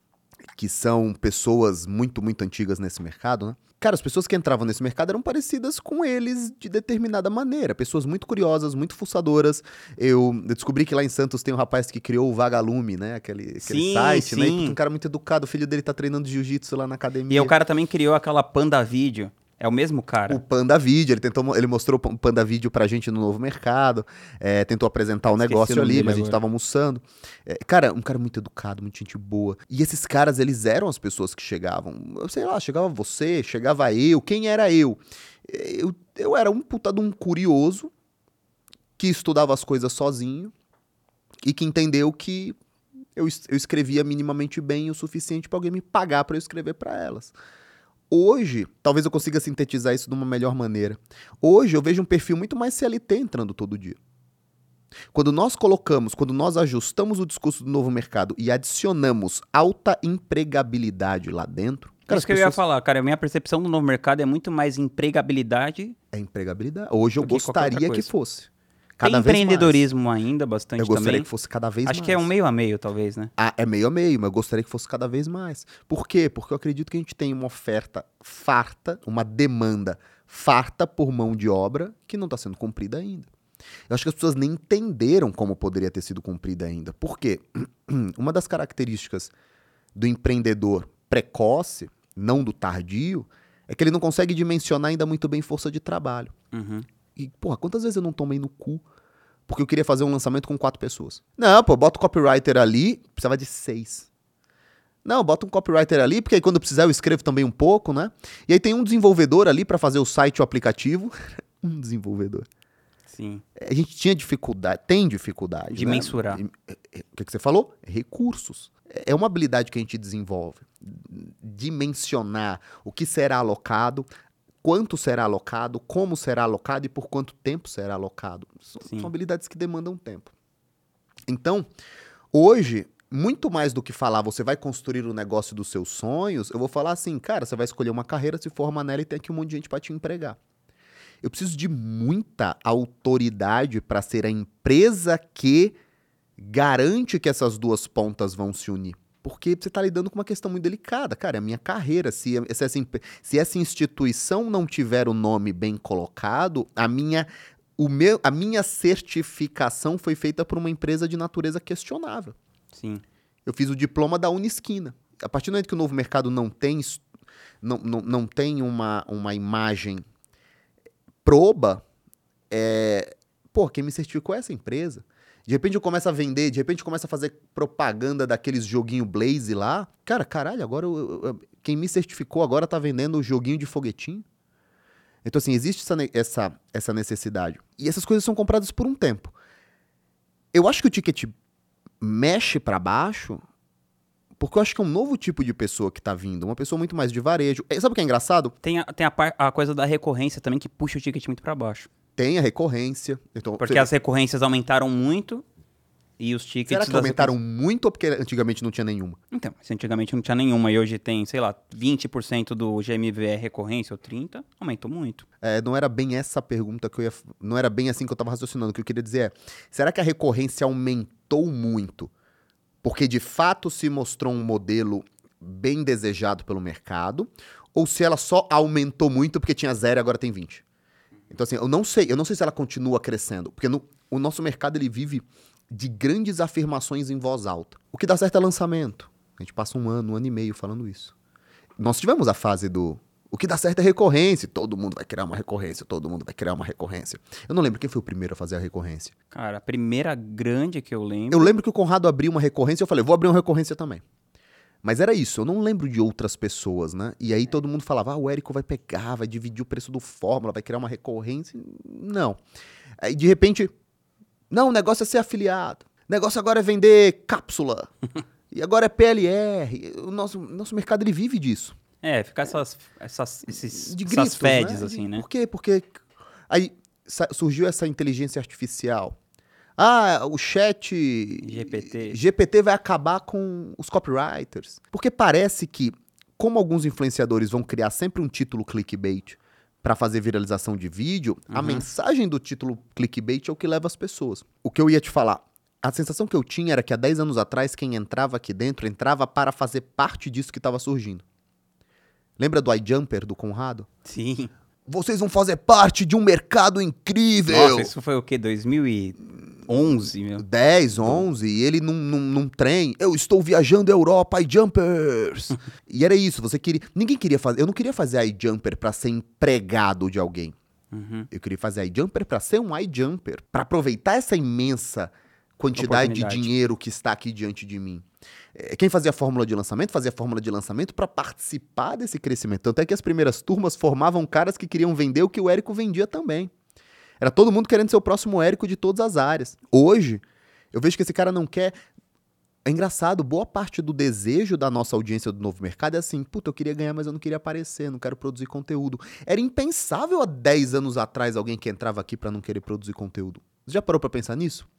que são pessoas muito, muito antigas nesse mercado, né? Cara, as pessoas que entravam nesse mercado eram parecidas com eles de determinada maneira. Pessoas muito curiosas, muito fuçadoras. Eu, eu descobri que lá em Santos tem um rapaz que criou o Vagalume, né? Aquele, aquele sim, site, sim. né? E, um cara muito educado, o filho dele tá treinando jiu-jitsu lá na academia. E o cara também criou aquela Panda Video. É o mesmo cara. O Panda Video, ele, tentou, ele mostrou o Panda Video pra gente no novo mercado, é, tentou apresentar o Esqueci negócio o ali, mas agora. a gente tava almoçando. É, cara, um cara muito educado, muito gente boa. E esses caras, eles eram as pessoas que chegavam. Eu sei lá, chegava você, chegava eu. Quem era eu? Eu, eu era um puta de um curioso que estudava as coisas sozinho e que entendeu que eu, eu escrevia minimamente bem o suficiente pra alguém me pagar pra eu escrever pra elas. Hoje, talvez eu consiga sintetizar isso de uma melhor maneira. Hoje eu vejo um perfil muito mais C L T entrando todo dia. Quando nós colocamos, quando nós ajustamos o discurso do novo mercado e adicionamos alta empregabilidade lá dentro... Cara, isso que pessoas... eu ia falar, cara, a minha percepção do novo mercado é muito mais empregabilidade... É empregabilidade. Hoje eu gostaria que fosse. Cada Tem vez empreendedorismo mais. ainda bastante Eu gostaria também. que fosse cada vez Acho mais. que é um meio a meio, talvez, né? Ah, é meio a meio, mas eu gostaria que fosse cada vez mais. Por quê? Porque eu acredito que a gente tem uma oferta farta, uma demanda farta por mão de obra que não está sendo cumprida ainda. Eu acho que as pessoas nem entenderam como poderia ter sido cumprida ainda. Por quê? Uma das características do empreendedor precoce, não do tardio, é que ele não consegue dimensionar ainda muito bem força de trabalho. Uhum. E, porra, quantas vezes eu não tomei no cu porque eu queria fazer um lançamento com quatro pessoas? Não, pô, bota o copywriter ali, precisava de seis. Não, bota um copywriter ali, porque aí quando eu precisar eu escrevo também um pouco, né? E aí tem um desenvolvedor ali para fazer o site, o aplicativo. um desenvolvedor. Sim. A gente tinha dificuldade, tem dificuldade, De né? mensurar. O que, que você falou? Recursos. É uma habilidade que a gente desenvolve. Dimensionar o que será alocado, quanto será alocado, como será alocado e por quanto tempo será alocado. São, são habilidades que demandam tempo. Então, hoje, muito mais do que falar você vai construir o negócio dos seus sonhos, eu vou falar assim, cara, você vai escolher uma carreira, se forma nela e tem aqui um monte de gente para te empregar. Eu preciso de muita autoridade para ser a empresa que garante que essas duas pontas vão se unir. Porque você está lidando com uma questão muito delicada. Cara, é a minha carreira. Se, se, essa, se essa instituição não tiver o nome bem colocado, a minha, o meu, a minha certificação foi feita por uma empresa de natureza questionável. Sim. Eu fiz o diploma da Unisquina. A partir do momento que o novo mercado não tem, não, não, não tem uma, uma imagem proba, é, pô, quem me certificou é essa empresa. De repente eu começo a vender, de repente eu começo a fazer propaganda daqueles joguinho Blaze lá. Cara, caralho, agora eu, eu, quem me certificou agora tá vendendo o joguinho de foguetinho. Então, assim, existe essa, essa, essa necessidade. E essas coisas são compradas por um tempo. Eu acho que o ticket mexe para baixo porque eu acho que é um novo tipo de pessoa que tá vindo. Uma pessoa muito mais de varejo. Sabe o que é engraçado? Tem a, tem a, par, a coisa da recorrência também que puxa o ticket muito para baixo. Tem a recorrência. Então, porque você... as recorrências aumentaram muito e os tickets... Será que aumentaram muito ou porque antigamente não tinha nenhuma? Então, se antigamente não tinha nenhuma e hoje tem, sei lá, vinte por cento do G M V é recorrência ou trinta por cento, aumentou muito. É, não era bem essa pergunta que eu ia... Não era bem assim que eu tava raciocinando. O que eu queria dizer é, será que a recorrência aumentou muito porque de fato se mostrou um modelo bem desejado pelo mercado, ou se ela só aumentou muito porque tinha zero e agora tem vinte? Então, assim, eu não sei, eu não sei se ela continua crescendo, porque no, o nosso mercado ele vive de grandes afirmações em voz alta. O que dá certo é lançamento. A gente passa um ano, um ano e meio falando isso. Nós tivemos a fase do... O que dá certo é recorrência. Todo mundo vai criar uma recorrência, todo mundo vai criar uma recorrência. Eu não lembro quem foi o primeiro a fazer a recorrência. Cara, a primeira grande que eu lembro... Eu lembro que o Conrado abriu uma recorrência e eu falei, vou abrir uma recorrência também. Mas era isso, eu não lembro de outras pessoas, né? E aí todo mundo falava, ah, o Érico vai pegar, vai dividir o preço do Fórmula, vai criar uma recorrência. Não. Aí de repente, não, o negócio é ser afiliado. O negócio agora é vender cápsula. E agora é P L R. O nosso, nosso mercado ele vive disso. É, ficar essas, essas, esses, de gritos, essas fedes, né? assim, de, né? Por quê? Porque aí surgiu essa inteligência artificial. Ah, o chat G P T. G P T vai acabar com os copywriters. Porque parece que, como alguns influenciadores vão criar sempre um título clickbait para fazer viralização de vídeo, uhum. a mensagem do título clickbait é o que leva as pessoas. O que eu ia te falar, a sensação que eu tinha era que há dez anos atrás, quem entrava aqui dentro, entrava para fazer parte disso que estava surgindo. Lembra do iJumper, do Conrado? Sim. Vocês vão fazer parte de um mercado incrível. Nossa, isso foi o quê? dois mil e onze, meu? dez, onze, e ele num, num, num trem. Eu estou viajando a Europa, iJumpers. E era isso, você queria... Ninguém queria fazer... Eu não queria fazer iJumper pra ser empregado de alguém. Uhum. Eu queria fazer iJumper pra ser um iJumper. Pra aproveitar essa imensa quantidade de dinheiro que está aqui diante de mim. Quem fazia a fórmula de lançamento, fazia a fórmula de lançamento para participar desse crescimento. Tanto é que as primeiras turmas formavam caras que queriam vender o que o Érico vendia também. Era todo mundo querendo ser o próximo Érico de todas as áreas. Hoje, eu vejo que esse cara não quer... É engraçado, boa parte do desejo da nossa audiência do novo mercado é assim, puta, eu queria ganhar, mas eu não queria aparecer, não quero produzir conteúdo. Era impensável há dez anos atrás alguém que entrava aqui para não querer produzir conteúdo. Você já parou para pensar nisso?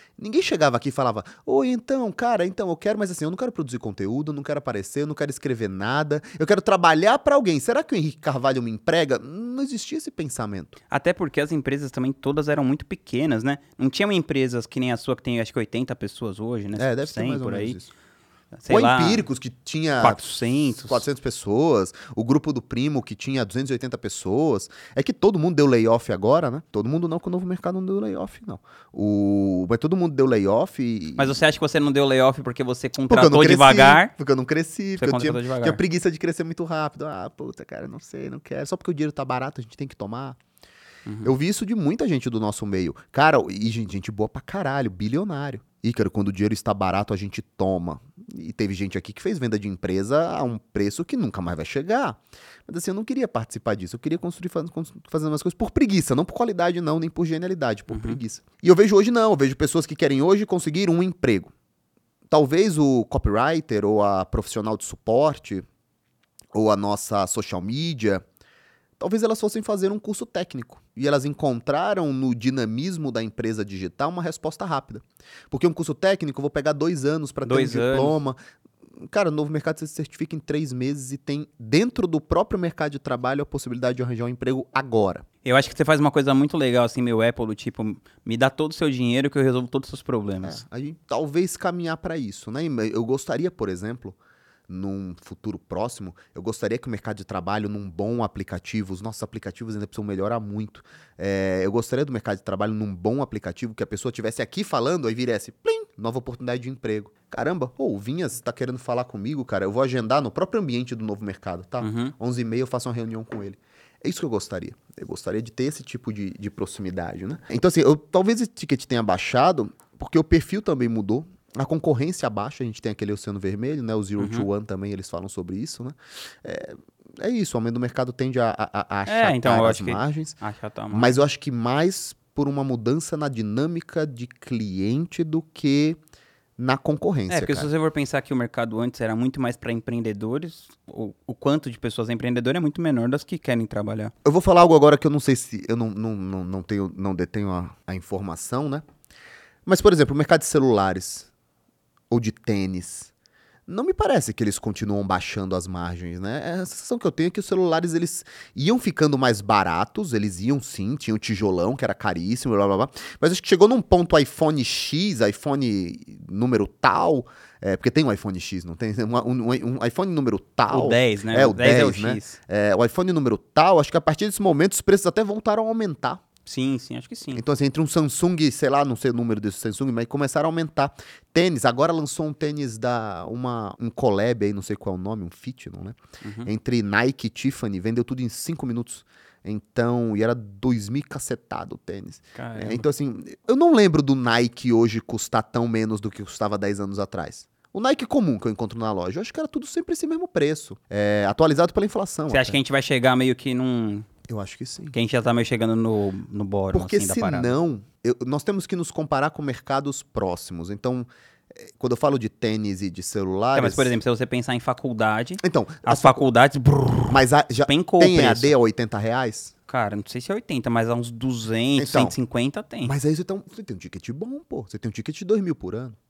Ninguém chegava aqui e falava, oi, então, cara, então, eu quero, mas assim, eu não quero produzir conteúdo, eu não quero aparecer, eu não quero escrever nada, eu quero trabalhar pra alguém. Será que o Henrique Carvalho me emprega? Não existia esse pensamento. Até porque as empresas também todas eram muito pequenas, né? Não tinham empresas que nem a sua, que tem acho que oitenta pessoas hoje, né? É, deve ser mais ou por menos aí. isso. Sei Ou lá, Empíricos, que tinha quatrocentos. quatrocentas pessoas, o grupo do Primo, que tinha duzentas e oitenta pessoas. É que todo mundo deu layoff agora, né? Todo mundo não, que o Novo Mercado não deu layoff, não. O... Mas todo mundo deu layoff e... Mas você acha que você não deu layoff porque você Porque eu não contratou cresci, devagar? Porque eu não cresci, Você porque eu tinha, contratou devagar. tinha preguiça de crescer muito rápido. Ah, puta, cara, não sei, não quero. Só porque o dinheiro tá barato, a gente tem que tomar. Uhum. Eu vi isso de muita gente do nosso meio. Cara, e gente, gente boa pra caralho, bilionário. Ícaro, quando o dinheiro está barato, a gente toma. E teve gente aqui que fez venda de empresa a um preço que nunca mais vai chegar. Mas assim, eu não queria participar disso. Eu queria construir faz- fazendo umas coisas por preguiça. Não por qualidade, não, nem por genialidade, por Uhum. preguiça. E eu vejo hoje não. Eu vejo pessoas que querem hoje conseguir um emprego. Talvez o copywriter ou a profissional de suporte ou a nossa social media, talvez elas fossem fazer um curso técnico. E elas encontraram no dinamismo da empresa digital uma resposta rápida. Porque um curso técnico, eu vou pegar dois anos para ter um Dois anos. diploma. Cara, no Novo Mercado você se certifica em três meses e tem, dentro do próprio mercado de trabalho, a possibilidade de arranjar um emprego agora. Eu acho que você faz uma coisa muito legal, assim, meu Apple, do tipo, me dá todo o seu dinheiro que eu resolvo todos os seus problemas. É, aí talvez caminhar para isso, né? Eu gostaria, por exemplo, num futuro próximo, eu gostaria que o mercado de trabalho, num bom aplicativo, os nossos aplicativos ainda precisam melhorar muito. É, eu gostaria do mercado de trabalho num bom aplicativo, que a pessoa estivesse aqui falando, aí viesse, plim, nova oportunidade de emprego. Caramba, ô, o Vinhas tá querendo falar comigo, cara, eu vou agendar no próprio ambiente do Novo Mercado, tá? Uhum. onze e meia eu faço uma reunião com ele. É isso que eu gostaria. Eu gostaria de ter esse tipo de, de proximidade, né? Então, assim, eu, talvez esse ticket tenha baixado, porque o perfil também mudou. A concorrência baixa, a gente tem aquele oceano vermelho, né? O Zero Uhum. to One também, eles falam sobre isso, né? É, é isso, o aumento do mercado tende a, a, a É, achatar então, eu as acho que- margens. Ah, já tá Mas eu acho que mais por uma mudança na dinâmica de cliente do que na concorrência, É, porque cara. se você for pensar que o mercado antes era muito mais para empreendedores, o, o quanto de pessoas empreendedoras é muito menor das que querem trabalhar. Eu vou falar algo agora que eu não sei se... Eu não, não, não, não, tenho, não detenho a, a informação, né? Mas, por exemplo, o mercado de celulares ou de tênis, não me parece que eles continuam baixando as margens, né? A sensação que eu tenho é que os celulares, eles iam ficando mais baratos, eles iam sim, tinha o tijolão, que era caríssimo, blá, blá, blá. Mas acho que chegou num ponto iPhone X, iPhone número tal, é, porque tem um iPhone X, não tem? Um, um, um iPhone número tal. O dez, né? É, o dez é o dez, né? X. É, o iPhone número tal, acho que a partir desse momento os preços até voltaram a aumentar. Sim, sim, acho que sim. Então, assim, entre um Samsung, sei lá, não sei o número desse Samsung, mas começaram a aumentar. Tênis, agora lançou um tênis da. Uma, um collab aí, não sei qual é o nome, um fit, não, né? Uhum. Entre Nike e Tiffany, vendeu tudo em cinco minutos. Então, e era dois mil cacetado o tênis. Caramba. É, então, assim, eu não lembro do Nike hoje custar tão menos do que custava dez anos atrás. O Nike comum que eu encontro na loja, eu acho que era tudo sempre esse mesmo preço. É, atualizado pela inflação. Você acha que a gente vai chegar meio que num... Eu acho que sim. Que a gente já tá meio chegando no, no bórum, Porque assim, da parada. senão, eu- nós temos que nos comparar com mercados próximos. Então, eh, quando eu falo de tênis e de celulares... É, mas, por exemplo, se você pensar em faculdade, Então, as faculdades... brrr, mas a- já Pencou o tem E A preço. D a oitenta reais? Cara, não sei se é oitenta, mas há uns duzentos, Então, cento e cinquenta tem. Mas aí você, tem um- você tem um ticket bom, pô. Você tem um ticket de dois mil por ano.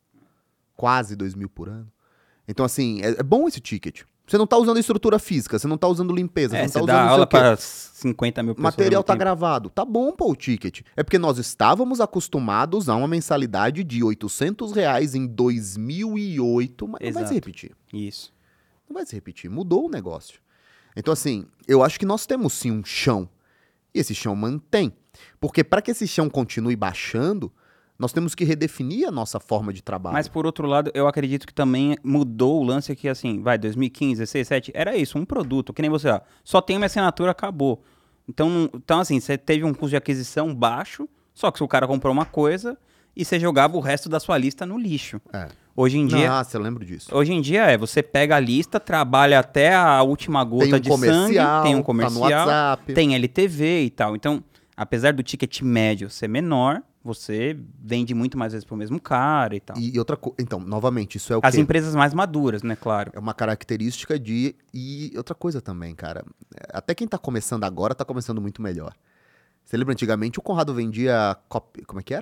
Quase dois mil por ano. Então, assim, é, é bom esse ticket. Você não tá usando estrutura física, você não tá usando limpeza, É, você não você tá dá usando não sei aula o quê. para cinquenta mil O pessoas. material ao tá mesmo tempo. gravado. Tá bom, pô, o ticket. É porque nós estávamos acostumados a uma mensalidade de oitocentos reais em dois mil e oito, mas não vai se Exato. repetir. Isso. Não vai se repetir. Mudou o negócio. Então, assim, eu acho que nós temos sim um chão. E esse chão mantém. Porque para que esse chão continue baixando, nós temos que redefinir a nossa forma de trabalho. Mas, por outro lado, eu acredito que também mudou o lance que, assim, vai, dois mil e quinze, dezesseis, dezessete, era isso, um produto, que nem você, ó, só tem minha assinatura, acabou. Então, não- então, assim, você teve um custo de aquisição baixo, só que se o cara comprou uma coisa e você jogava o resto da sua lista no lixo. É. Hoje em dia... Nossa, eu lembro disso. Hoje em dia é, você pega a lista, trabalha até a última gota Tem um de sangue, comercial, tem um tá no comercial, WhatsApp. tem L T V e tal. Então, apesar do ticket médio ser menor, você vende muito mais vezes pro mesmo cara e tal. E, e outra coisa, então, novamente, isso é o As quê? empresas mais maduras, né, claro. É uma característica de... E outra coisa também, cara. Até quem tá começando agora tá começando muito melhor. Você lembra antigamente o Conrado vendia... cop- Como é que era?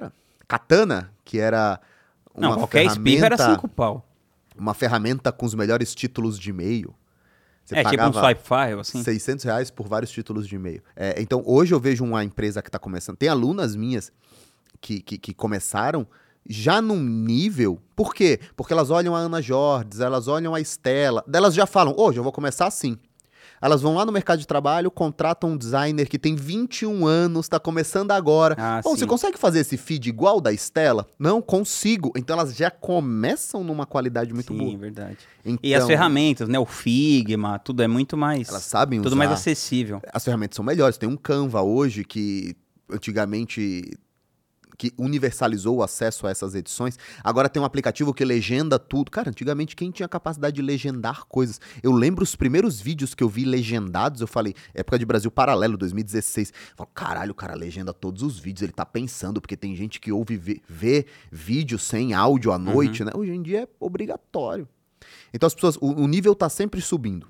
Katana, que era uma Não, qualquer espirro era ferramenta, cinco pau. uma ferramenta com os melhores títulos de e-mail. Você É, tipo um pagava swipe file, assim. seiscentos reais por vários títulos de e-mail. É, então, hoje eu vejo uma empresa que está começando. Tem alunas minhas que, que, que começaram já num nível. Por quê? Porque elas olham a Ana Jordes, elas olham a Estela. Elas já falam, hoje eu vou começar assim. Elas vão lá no mercado de trabalho, contratam um designer que tem vinte e um anos, está começando agora. Ah, Pô, sim. você consegue fazer esse feed igual da Estela? Não, consigo. Então elas já começam numa qualidade muito Sim, boa. verdade. Então, E as ferramentas, né? O Figma, tudo é muito mais... elas sabem Tudo usar. mais acessível. As ferramentas são melhores. Tem um Canva hoje que antigamente que universalizou o acesso a essas edições. Agora tem um aplicativo que legenda tudo. Cara, antigamente quem tinha capacidade de legendar coisas? Eu lembro os primeiros vídeos que eu vi legendados, eu falei, época de Brasil Paralelo, dois mil e dezesseis. Eu falo, caralho, o cara legenda todos os vídeos, ele tá pensando, porque tem gente que ouve ver, vê vídeo sem áudio à noite, Uhum. né? Hoje em dia é obrigatório. Então as pessoas, o, o nível tá sempre subindo.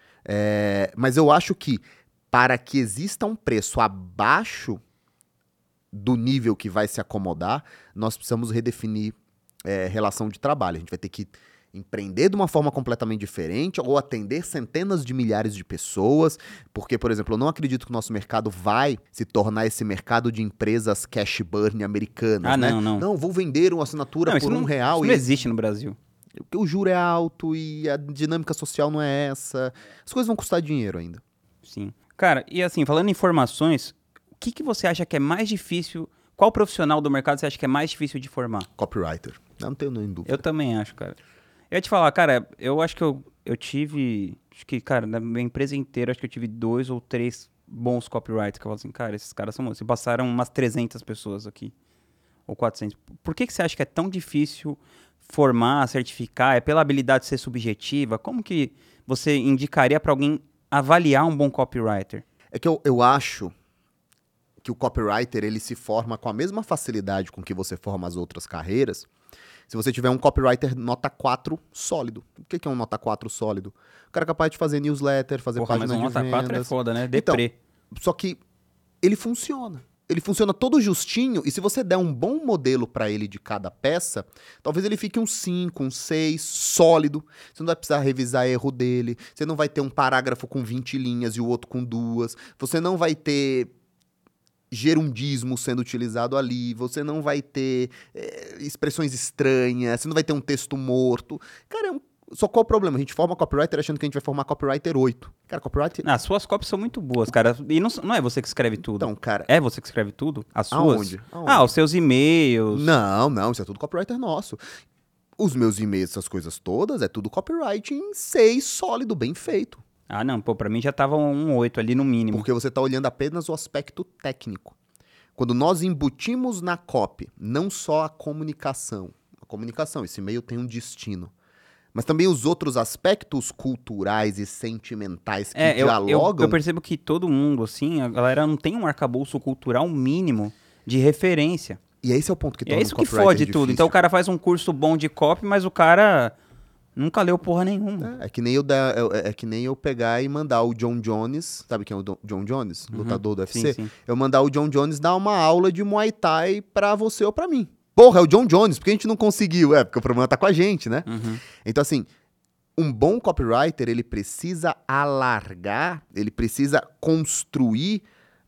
É, mas eu acho que para que exista um preço abaixo do nível que vai se acomodar, nós precisamos redefinir é, relação de trabalho. A gente vai ter que empreender de uma forma completamente diferente ou atender centenas de milhares de pessoas, porque, por exemplo, eu não acredito que o nosso mercado vai se tornar esse mercado de empresas cash burn americanas, Ah, né? não, não. Não, vou vender uma assinatura Não, isso por um não, real isso e não existe no Brasil. porque o juro é alto e a dinâmica social não é essa. As coisas vão custar dinheiro ainda. Sim. Cara, e assim, falando em formações, o que, que você acha que é mais difícil? Qual profissional do mercado você acha que é mais difícil de formar? Copywriter. Eu não tenho nem dúvida. Eu também acho, cara. Eu ia te falar, cara, eu acho que eu, eu tive. Acho que, cara, na minha empresa inteira, acho que eu tive dois ou três bons copywriters que eu falo assim, cara, esses caras são bons. Se passaram umas trezentas pessoas aqui. Ou quatrocentas. Por que, que você acha que é tão difícil formar, certificar? É pela habilidade de ser subjetiva? Como que você indicaria para alguém avaliar um bom copywriter? É que eu, eu acho que o copywriter ele se forma com a mesma facilidade com que você forma as outras carreiras. Se você tiver um copywriter nota quatro sólido. O que que é um nota quatro sólido? O cara é capaz de fazer newsletter, fazer Porra, mas página um de nota vendas. quatro é foda, né? Deprê. Então, só que ele funciona. Ele funciona todo justinho, e se você der um bom modelo para ele de cada peça, talvez ele fique um cinco, um seis, sólido. Você não vai precisar revisar erro dele, você não vai ter um parágrafo com vinte linhas e o outro com duas, você não vai ter gerundismo sendo utilizado ali, você não vai ter é, expressões estranhas, você não vai ter um texto morto. Cara, é um Só qual o problema? A gente forma copywriter achando que a gente vai formar copywriter oito. Cara, copywriter... Ah, as suas copies são muito boas, cara. E não, não é você que escreve tudo. Então, cara... É você que escreve tudo? As suas? Aonde? Aonde? Ah, os seus e-mails. Não, não, isso é tudo copywriter nosso. Os meus e-mails, essas coisas todas, é tudo copywriting seis, sólido, bem feito. Ah, não, pô, pra mim já tava um oito ali no mínimo. Porque você está olhando apenas o aspecto técnico. Quando nós embutimos na copy, não só a comunicação. A comunicação, esse e-mail tem um destino. Mas também os outros aspectos culturais e sentimentais que É, eu, eu, dialogam... eu percebo que todo mundo, assim, a galera não tem um arcabouço cultural mínimo de referência. E esse é o ponto que E é torna isso o que copywriting fode difícil. tudo. Então o cara faz um curso bom de copy, mas o cara nunca leu porra nenhuma. É, é que nem eu dar, é, é que nem eu pegar e mandar o John Jones, sabe quem é o Don- John Jones, Uhum. lutador do U F Sim, C? sim. Eu mandar o John Jones dar uma aula de Muay Thai pra você ou pra mim. Porra, é o John Jones, por que a gente não conseguiu? É, porque o problema tá com a gente, né? Uhum. Então, assim, um bom copywriter, ele precisa alargar, ele precisa construir.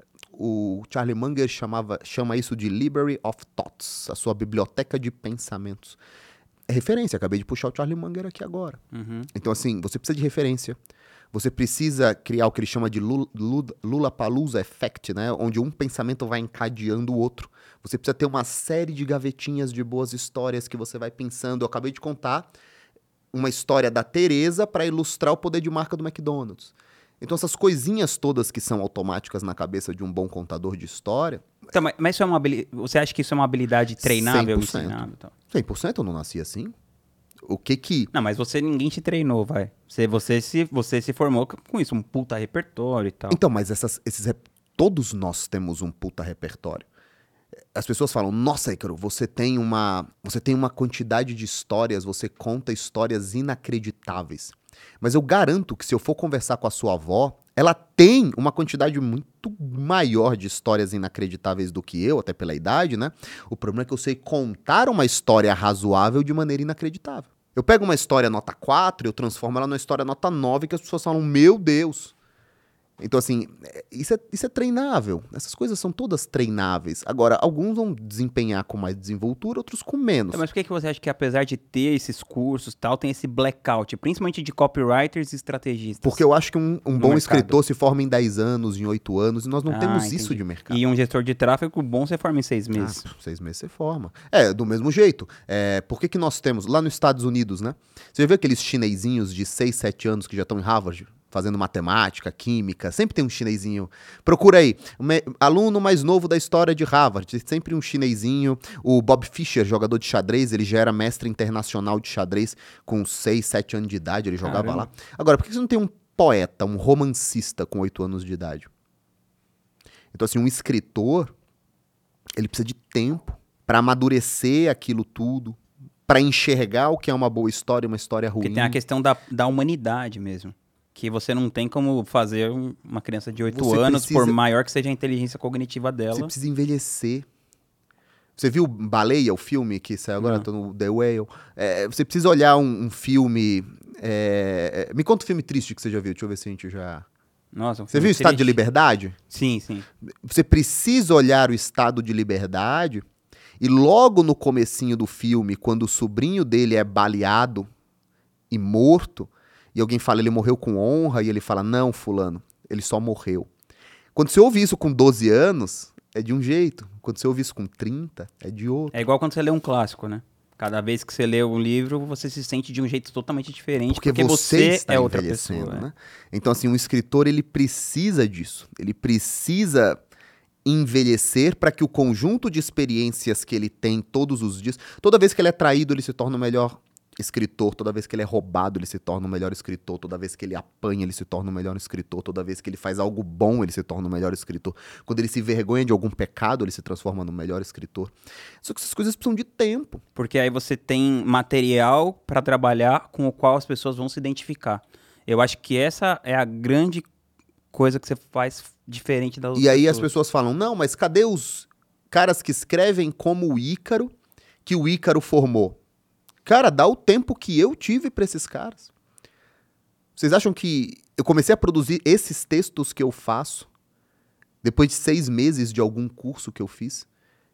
O Charlie Munger chamava, chama isso de Library of Thoughts, a sua biblioteca de pensamentos. É referência, acabei de puxar o Charlie Munger aqui agora. Uhum. Então, assim, você precisa de referência. Você precisa criar o que ele chama de Lula, Lula, Lollapalooza Effect, né? Onde um pensamento vai encadeando o outro. Você precisa ter uma série de gavetinhas de boas histórias que você vai pensando. Eu acabei de contar uma história da Teresa para ilustrar o poder de marca do McDonald's. Então, essas coisinhas todas que são automáticas na cabeça de um bom contador de história... Então, mas, mas isso é uma habili- você acha que isso é uma habilidade treinável, cem por cento. ensinável e tal? cem por cento eu não nasci assim. O que que... Não, mas você, ninguém te treinou, vai. Você, você, se, você se formou com isso, um puta repertório e tal. Então, mas essas, esses... rep- Todos nós temos um puta repertório. As pessoas falam, nossa, Ícaro, você tem uma, você tem uma quantidade de histórias, você conta histórias inacreditáveis. Mas eu garanto que se eu for conversar com a sua avó, ela tem uma quantidade muito maior de histórias inacreditáveis do que eu, até pela idade, né? O problema é que eu sei contar uma história razoável de maneira inacreditável. Eu pego uma história nota quatro e eu transformo ela numa história nota nove que as pessoas falam, meu Deus. Então, assim, isso é, isso é treinável. Essas coisas são todas treináveis. Agora, alguns vão desempenhar com mais desenvoltura, outros com menos. Então, mas por que, que você acha que, apesar de ter esses cursos e tal, tem esse blackout, principalmente de copywriters e estrategistas? Porque eu acho que um, um bom mercado. escritor se forma em dez anos, em oito anos, e nós não Ah, temos entendi. isso de mercado. E um gestor de tráfego bom você forma em seis meses. Ah, seis meses você forma. É, do mesmo jeito. É, por que, que nós temos, lá nos Estados Unidos, né? Você já viu aqueles chinesinhos de seis, sete anos que já estão em Harvard? Fazendo matemática, química, sempre tem um chinesinho. Procura aí, um aluno mais novo da história de Harvard, sempre um chinesinho. O Bob Fischer, jogador de xadrez, ele já era mestre internacional de xadrez com seis, sete anos de idade, ele jogava Caramba. lá. Agora, por que você não tem um poeta, um romancista com oito anos de idade? Então, assim, um escritor, ele precisa de tempo para amadurecer aquilo tudo, para enxergar o que é uma boa história e uma história ruim. Porque tem a questão da, da humanidade mesmo. Que você não tem como fazer um- uma criança de oito Você anos, precisa- por maior que seja a inteligência cognitiva dela. Você precisa envelhecer. Você viu Baleia, o filme que saiu agora, Não. tô no The Whale? É, você precisa olhar um, um filme... é, é, me conta um filme triste que você já viu, deixa eu ver se a gente já... Nossa, um Você filme viu Estado de triste. Liberdade? Sim, sim. Você precisa olhar o Estado de Liberdade e logo no comecinho do filme, quando o sobrinho dele é baleado e morto, e alguém fala, ele morreu com honra, e ele fala, não, fulano, ele só morreu. Quando você ouve isso com doze anos, é de um jeito. Quando você ouve isso com trinta, é de outro. É igual quando você lê um clássico, né? Cada vez que você lê um livro, você se sente de um jeito totalmente diferente, Porque, porque, você, você está é outra envelhecendo, pessoa. né? Então, assim, um escritor, ele precisa disso. Ele precisa envelhecer para que o conjunto de experiências que ele tem todos os dias... Toda vez que ele é traído, ele se torna o melhor escritor. Toda vez que ele é roubado, ele se torna o melhor escritor. Toda vez que ele apanha, ele se torna o melhor escritor. Toda vez que ele faz algo bom, ele se torna o melhor escritor. Quando ele se vergonha de algum pecado, ele se transforma no melhor escritor. Só que essas coisas precisam de tempo. Porque aí você tem material para trabalhar com o qual as pessoas vão se identificar. Eu acho que essa é a grande coisa que você faz diferente das outras E aí as pessoas. pessoas falam, não, mas cadê os caras que escrevem como o Ícaro, que o Ícaro formou? Cara, dá o tempo que eu tive para esses caras. Vocês acham que eu comecei a produzir esses textos que eu faço depois de seis meses de algum curso que eu fiz?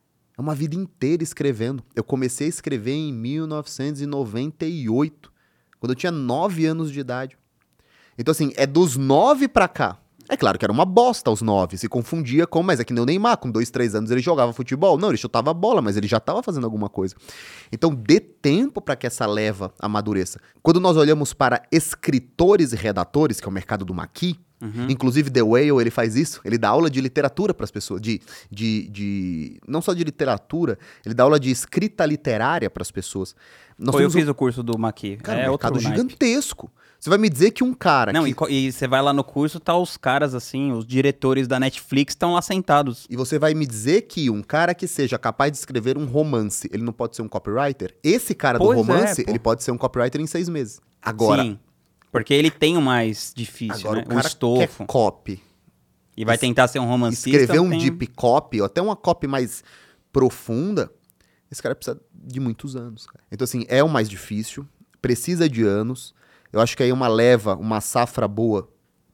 É uma vida inteira escrevendo. Eu comecei a escrever em mil novecentos e noventa e oito, quando eu tinha nove anos de idade. Então, assim, é dos nove pra cá. É claro que era uma bosta aos nove, se confundia com, mas é que nem o Neymar, com dois, três anos ele jogava futebol. Não, ele chutava a bola, mas ele já estava fazendo alguma coisa. Então, dê tempo para que essa leva amadureça. Quando nós olhamos para escritores e redatores, que é o mercado do maqui, Uhum. inclusive The Whale, ele faz isso, ele dá aula de literatura para as pessoas, de, de, de, não só de literatura, ele dá aula de escrita literária para as pessoas. Nós Foi, eu temos um- fiz o curso do Maqui. Cara, é um outro mercado naipe. gigantesco. Você vai me dizer que um cara Não, que... e co- e você vai lá no curso, tá os caras assim, os diretores da Netflix estão lá sentados. E você vai me dizer que um cara que seja capaz de escrever um romance, ele não pode ser um copywriter? Esse cara Pois do é, romance, pô. ele pode ser um copywriter em seis meses. Agora, Sim, porque ele tem o mais difícil, agora né? o cara que estofo. é copy, E vai tentar ser um romancista. escrever um tem- deep copy, ou até uma copy mais profunda, esse cara precisa de muitos anos. Cara. Então, assim, é o mais difícil, precisa de anos. Eu acho que aí uma leva, uma safra boa,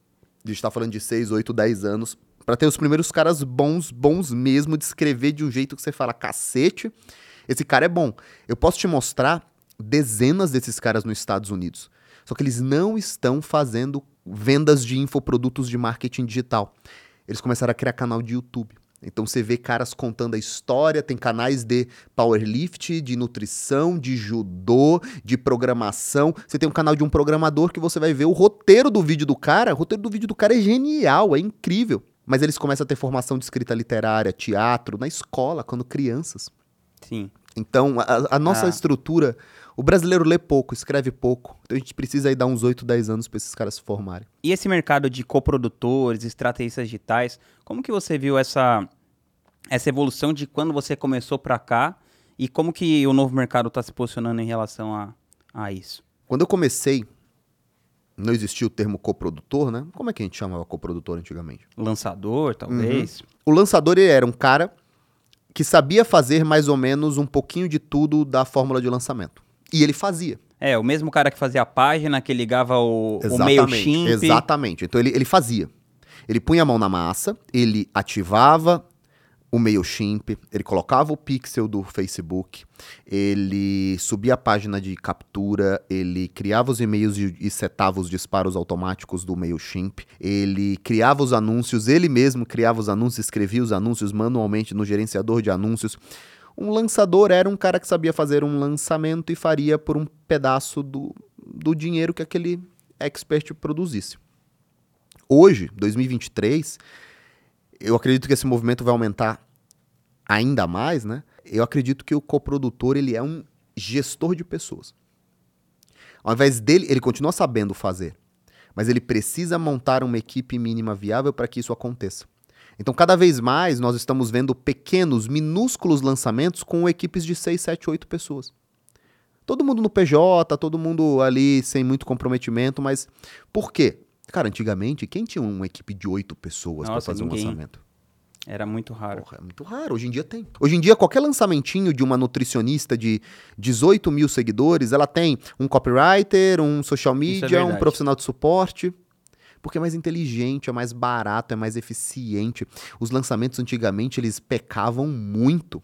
a gente tá falando de seis, oito, dez anos, pra ter os primeiros caras bons, bons mesmo, de escrever de um jeito que você fala, cacete, esse cara é bom. Eu posso te mostrar dezenas desses caras nos Estados Unidos. Só que eles não estão fazendo vendas de infoprodutos de marketing digital. Eles começaram a criar canal de YouTube. Então você vê caras contando a história, tem canais de powerlift, de nutrição, de judô, de programação. Você tem um canal de um programador que você vai ver o roteiro do vídeo do cara. O roteiro do vídeo do cara é genial, é incrível. Mas eles começam a ter formação de escrita literária, teatro, na escola, quando crianças. Sim. Então, a, a nossa Ah. estrutura, o brasileiro lê pouco, escreve pouco. Então a gente precisa aí dar uns oito, dez anos para esses caras se formarem. E esse mercado de coprodutores, estrategistas digitais, como que você viu essa, essa evolução de quando você começou pra cá e como que o novo mercado está se posicionando em relação a, a isso? Quando eu comecei, não existia o termo coprodutor, né? Como é que a gente chamava coprodutor antigamente? Lançador, talvez. Uhum. O lançador ele era um cara que sabia fazer mais ou menos um pouquinho de tudo da fórmula de lançamento. E ele fazia. É, o mesmo cara que fazia a página, que ligava o, o Exatamente, MailChimp. exatamente. Então ele, ele fazia. Ele punha a mão na massa, ele ativava o MailChimp, ele colocava o pixel do Facebook, ele subia a página de captura, ele criava os e-mails e, e setava os disparos automáticos do MailChimp, ele criava os anúncios, ele mesmo criava os anúncios, escrevia os anúncios manualmente no gerenciador de anúncios. Um lançador era um cara que sabia fazer um lançamento e faria por um pedaço do, do dinheiro que aquele expert produzisse. Hoje, dois mil e vinte e três, eu acredito que esse movimento vai aumentar ainda mais, né? Eu acredito que o coprodutor, ele é um gestor de pessoas. Ao invés dele, ele continua sabendo fazer, mas ele precisa montar uma equipe mínima viável para que isso aconteça. Então, cada vez mais, nós estamos vendo pequenos, minúsculos lançamentos com equipes de seis, sete, oito pessoas. Todo mundo no P J, todo mundo ali sem muito comprometimento, mas por quê? Cara, antigamente, quem tinha uma equipe de oito pessoas para fazer ninguém. um lançamento? Era muito raro. Porra, é muito raro. Hoje em dia tem. Hoje em dia, qualquer lançamentinho de uma nutricionista de dezoito mil seguidores, ela tem um copywriter, um social media, é um profissional de suporte. Porque é mais inteligente, é mais barato, é mais eficiente. Os lançamentos, antigamente, eles pecavam muito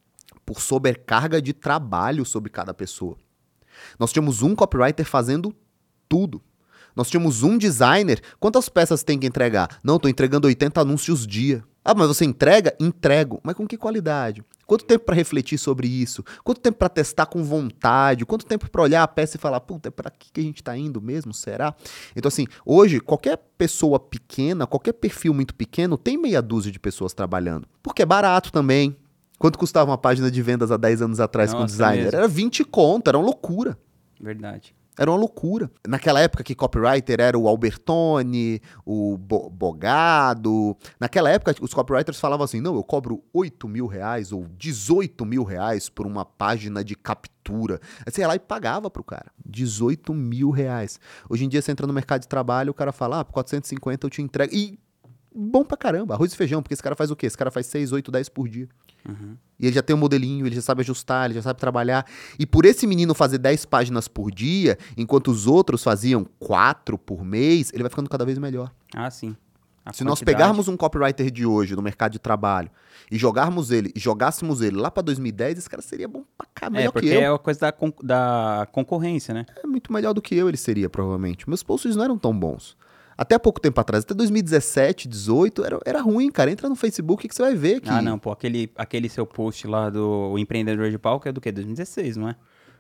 por sobrecarga de trabalho sobre cada pessoa. Nós tínhamos um copywriter fazendo tudo. Nós tínhamos um designer. Quantas peças tem que entregar? Não, estou entregando oitenta anúncios dia. Ah, mas você entrega? Entrego. Mas com que qualidade? Quanto tempo para refletir sobre isso? Quanto tempo para testar com vontade? Quanto tempo para olhar a peça e falar, puta, é para aqui que a gente está indo mesmo? Será? Então, assim, hoje, qualquer pessoa pequena, qualquer perfil muito pequeno, tem meia dúzia de pessoas trabalhando. Porque é barato também. Quanto custava uma página de vendas há dez anos atrás Nossa, com designer? mesmo. Era vinte conto, era uma loucura. Verdade. Era uma loucura. Naquela época que copywriter era o Albertoni, o Bo- Bogado. Naquela época os copywriters falavam assim, não, eu cobro oito mil reais ou dezoito mil reais por uma página de captura. Aí você ia lá e pagava pro cara. dezoito mil reais. Hoje em dia você entra no mercado de trabalho, o cara fala, ah, por quatrocentos e cinquenta eu te entrego. E bom pra caramba, arroz e feijão, porque esse cara faz o quê? Esse cara faz seis, oito, dez por dia. Uhum. E ele já tem um modelinho, ele já sabe ajustar, ele já sabe trabalhar. E por esse menino fazer dez páginas por dia, enquanto os outros faziam quatro por mês, ele vai ficando cada vez melhor. Ah, sim. A Se nós quantidade. pegarmos um copywriter de hoje no mercado de trabalho e jogarmos ele, e jogássemos ele lá pra dois mil e dez, esse cara seria bom pra cá, melhor É, porque que eu. é a coisa da, con- da concorrência, né? É muito melhor do que eu ele seria, provavelmente. Meus posts não eram tão bons. Até há pouco tempo atrás, até dois mil e dezessete, dezoito, era, era ruim, cara. Entra no Facebook que você vai ver que... Ah, não, pô, aquele, aquele seu post lá do o Empreendedor de Palco é do quê? dois mil e dezesseis, não é?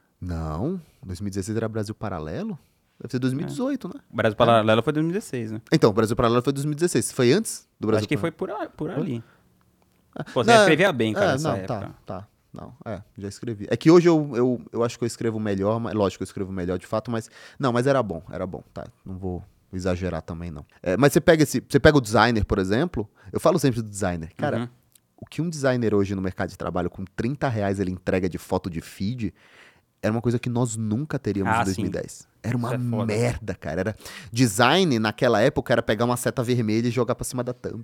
Não, dois mil e dezesseis era Brasil Paralelo? Deve ser dois mil e dezoito, né? O Brasil Paralelo foi dois mil e dezesseis, né? Então, o Brasil Paralelo foi dois mil e dezesseis. Foi antes do Brasil Acho que foi Paralelo? por, a- por ali. Pô, você Não, escrevia bem, cara, é, nessa não, época. Tá, tá. Não, é, já escrevi. É que hoje eu, eu, eu acho que eu escrevo melhor, mas, lógico que eu escrevo melhor de fato, mas... Não, mas era bom, era bom, tá? Não vou exagerar também, não. É, mas você pega, esse, você pega o designer, por exemplo, eu falo sempre do designer. Cara, Uhum. o que um designer hoje no mercado de trabalho, com trinta reais ele entrega de foto de feed, era uma coisa que nós nunca teríamos Ah, em dois mil e dez. Era uma Isso é foda. merda, cara. Era... Design, naquela época, era pegar uma seta vermelha e jogar pra cima da thumb.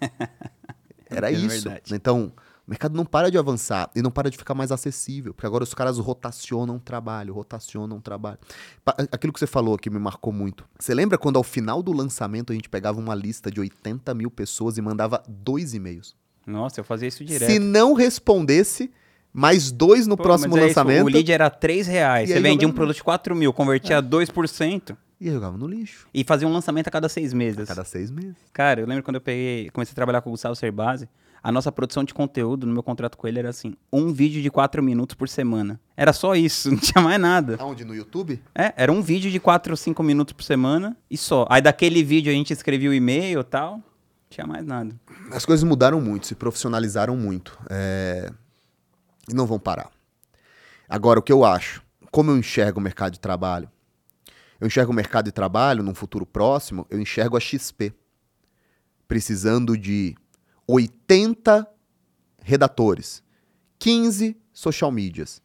Era É isso. verdade. Então, o mercado não para de avançar e não para de ficar mais acessível, porque agora os caras rotacionam trabalho, rotacionam trabalho. Pa- Aquilo que você falou que me marcou muito. Você lembra quando ao final do lançamento a gente pegava uma lista de oitenta mil pessoas e mandava dois e-mails? Nossa, eu fazia isso direto. Se não respondesse, mais dois no Pô, próximo mas é isso, lançamento. o lead era três reais. E Você aí vendia um jogava- produto de quatro mil, convertia dois por cento E eu jogava no lixo. e fazia um lançamento a cada seis meses. A cada seis meses. Cara, eu lembro quando eu peguei, comecei a trabalhar com o Gustavo Cerbasi, a nossa produção de conteúdo, no meu contrato com ele, era assim, um vídeo de quatro minutos por semana. Era só isso, não tinha mais nada. Aonde? No YouTube? É, era um vídeo de quatro ou cinco minutos por semana e só. Aí daquele vídeo a gente escrevia o e-mail e tal, não tinha mais nada. As coisas mudaram muito, se profissionalizaram muito. É... E não vão parar. Agora, o que eu acho, como eu enxergo o mercado de trabalho? Eu enxergo o mercado de trabalho, num futuro próximo, eu enxergo a X P precisando de oitenta redatores, quinze social medias.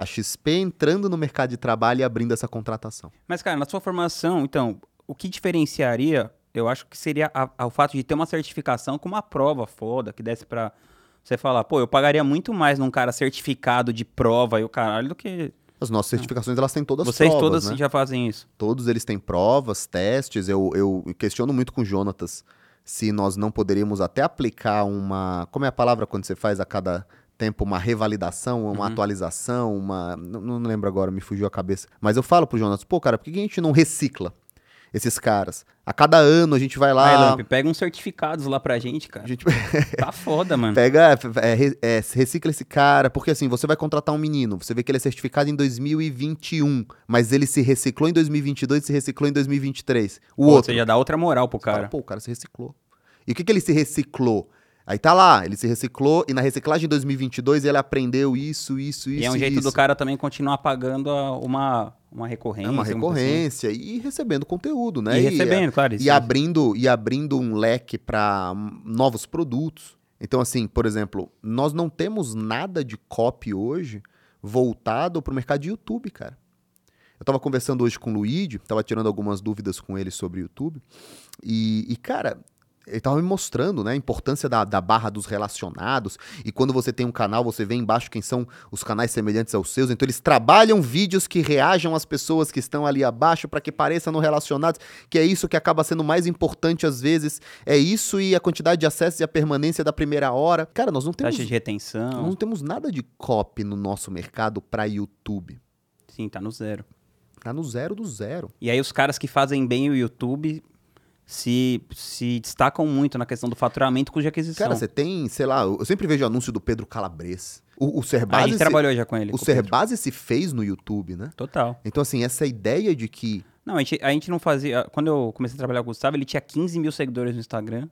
A X P entrando no mercado de trabalho e abrindo essa contratação. Mas, cara, na sua formação, então, o que diferenciaria, eu acho que seria a, a, o fato de ter uma certificação com uma prova foda, que desse pra você falar, pô, eu pagaria muito mais num cara certificado de prova e o caralho do que... As nossas certificações, elas têm todas Vocês provas, todas né? já fazem isso. Todos eles têm provas, testes. Eu, eu questiono muito com o Jonatas se nós não poderíamos até aplicar uma... Como é a palavra quando você faz a cada tempo uma revalidação, uma Uhum. atualização, uma... Não, não lembro agora, me fugiu a cabeça. Mas eu falo pro Jonatas, pô, cara, por que a gente não recicla esses caras? A cada ano a gente vai lá... Aí, Lamp, pega uns certificados lá pra gente, cara. A gente Tá foda, mano. pega, é, re- é, recicla esse cara, porque assim, você vai contratar um menino, você vê que ele é certificado em dois mil e vinte e um, mas ele se reciclou em dois mil e vinte e dois e se reciclou em dois mil e vinte e três. O Pô, outro, você já dá outra moral pro fala, cara. pô, o cara se reciclou. E o que, que ele se reciclou? Aí tá lá, ele se reciclou e na reciclagem de dois mil e vinte e dois ele aprendeu isso, isso, isso E é um e jeito isso. do cara também continuar pagando a- uma, uma recorrência. É uma vamos dizer assim. recorrência e recebendo conteúdo, né? E recebendo, claro. E abrindo, e abrindo um leque para novos produtos. Então, assim, por exemplo, nós não temos nada de copy hoje voltado para o mercado de YouTube, cara. Eu tava conversando hoje com o Luigi, tava tirando algumas dúvidas com ele sobre o YouTube. E, e cara, ele tava me mostrando, né, a importância da, da barra dos relacionados. E quando você tem um canal, você vê embaixo quem são os canais semelhantes aos seus. Então eles trabalham vídeos que reajam às pessoas que estão ali abaixo para que pareçam no relacionados, que é isso que acaba sendo mais importante às vezes. É isso e a quantidade de acessos e a permanência da primeira hora. Cara, nós não temos, Taxa de retenção. não temos nada de copy no nosso mercado para YouTube. Sim, tá no zero. Tá no zero do zero. E aí os caras que fazem bem o YouTube se, se destacam muito na questão do faturamento cuja aquisição. Cara, você tem, sei lá, eu sempre vejo anúncio do Pedro Calabres. O, o Ah, a Serbase gente se, trabalhou já com ele. o com o Pedro. Serbase se fez no YouTube, né? Total. Então, assim, essa ideia de que... Não, a gente, a gente não fazia... Quando eu comecei a trabalhar com o Gustavo, ele tinha quinze mil seguidores no Instagram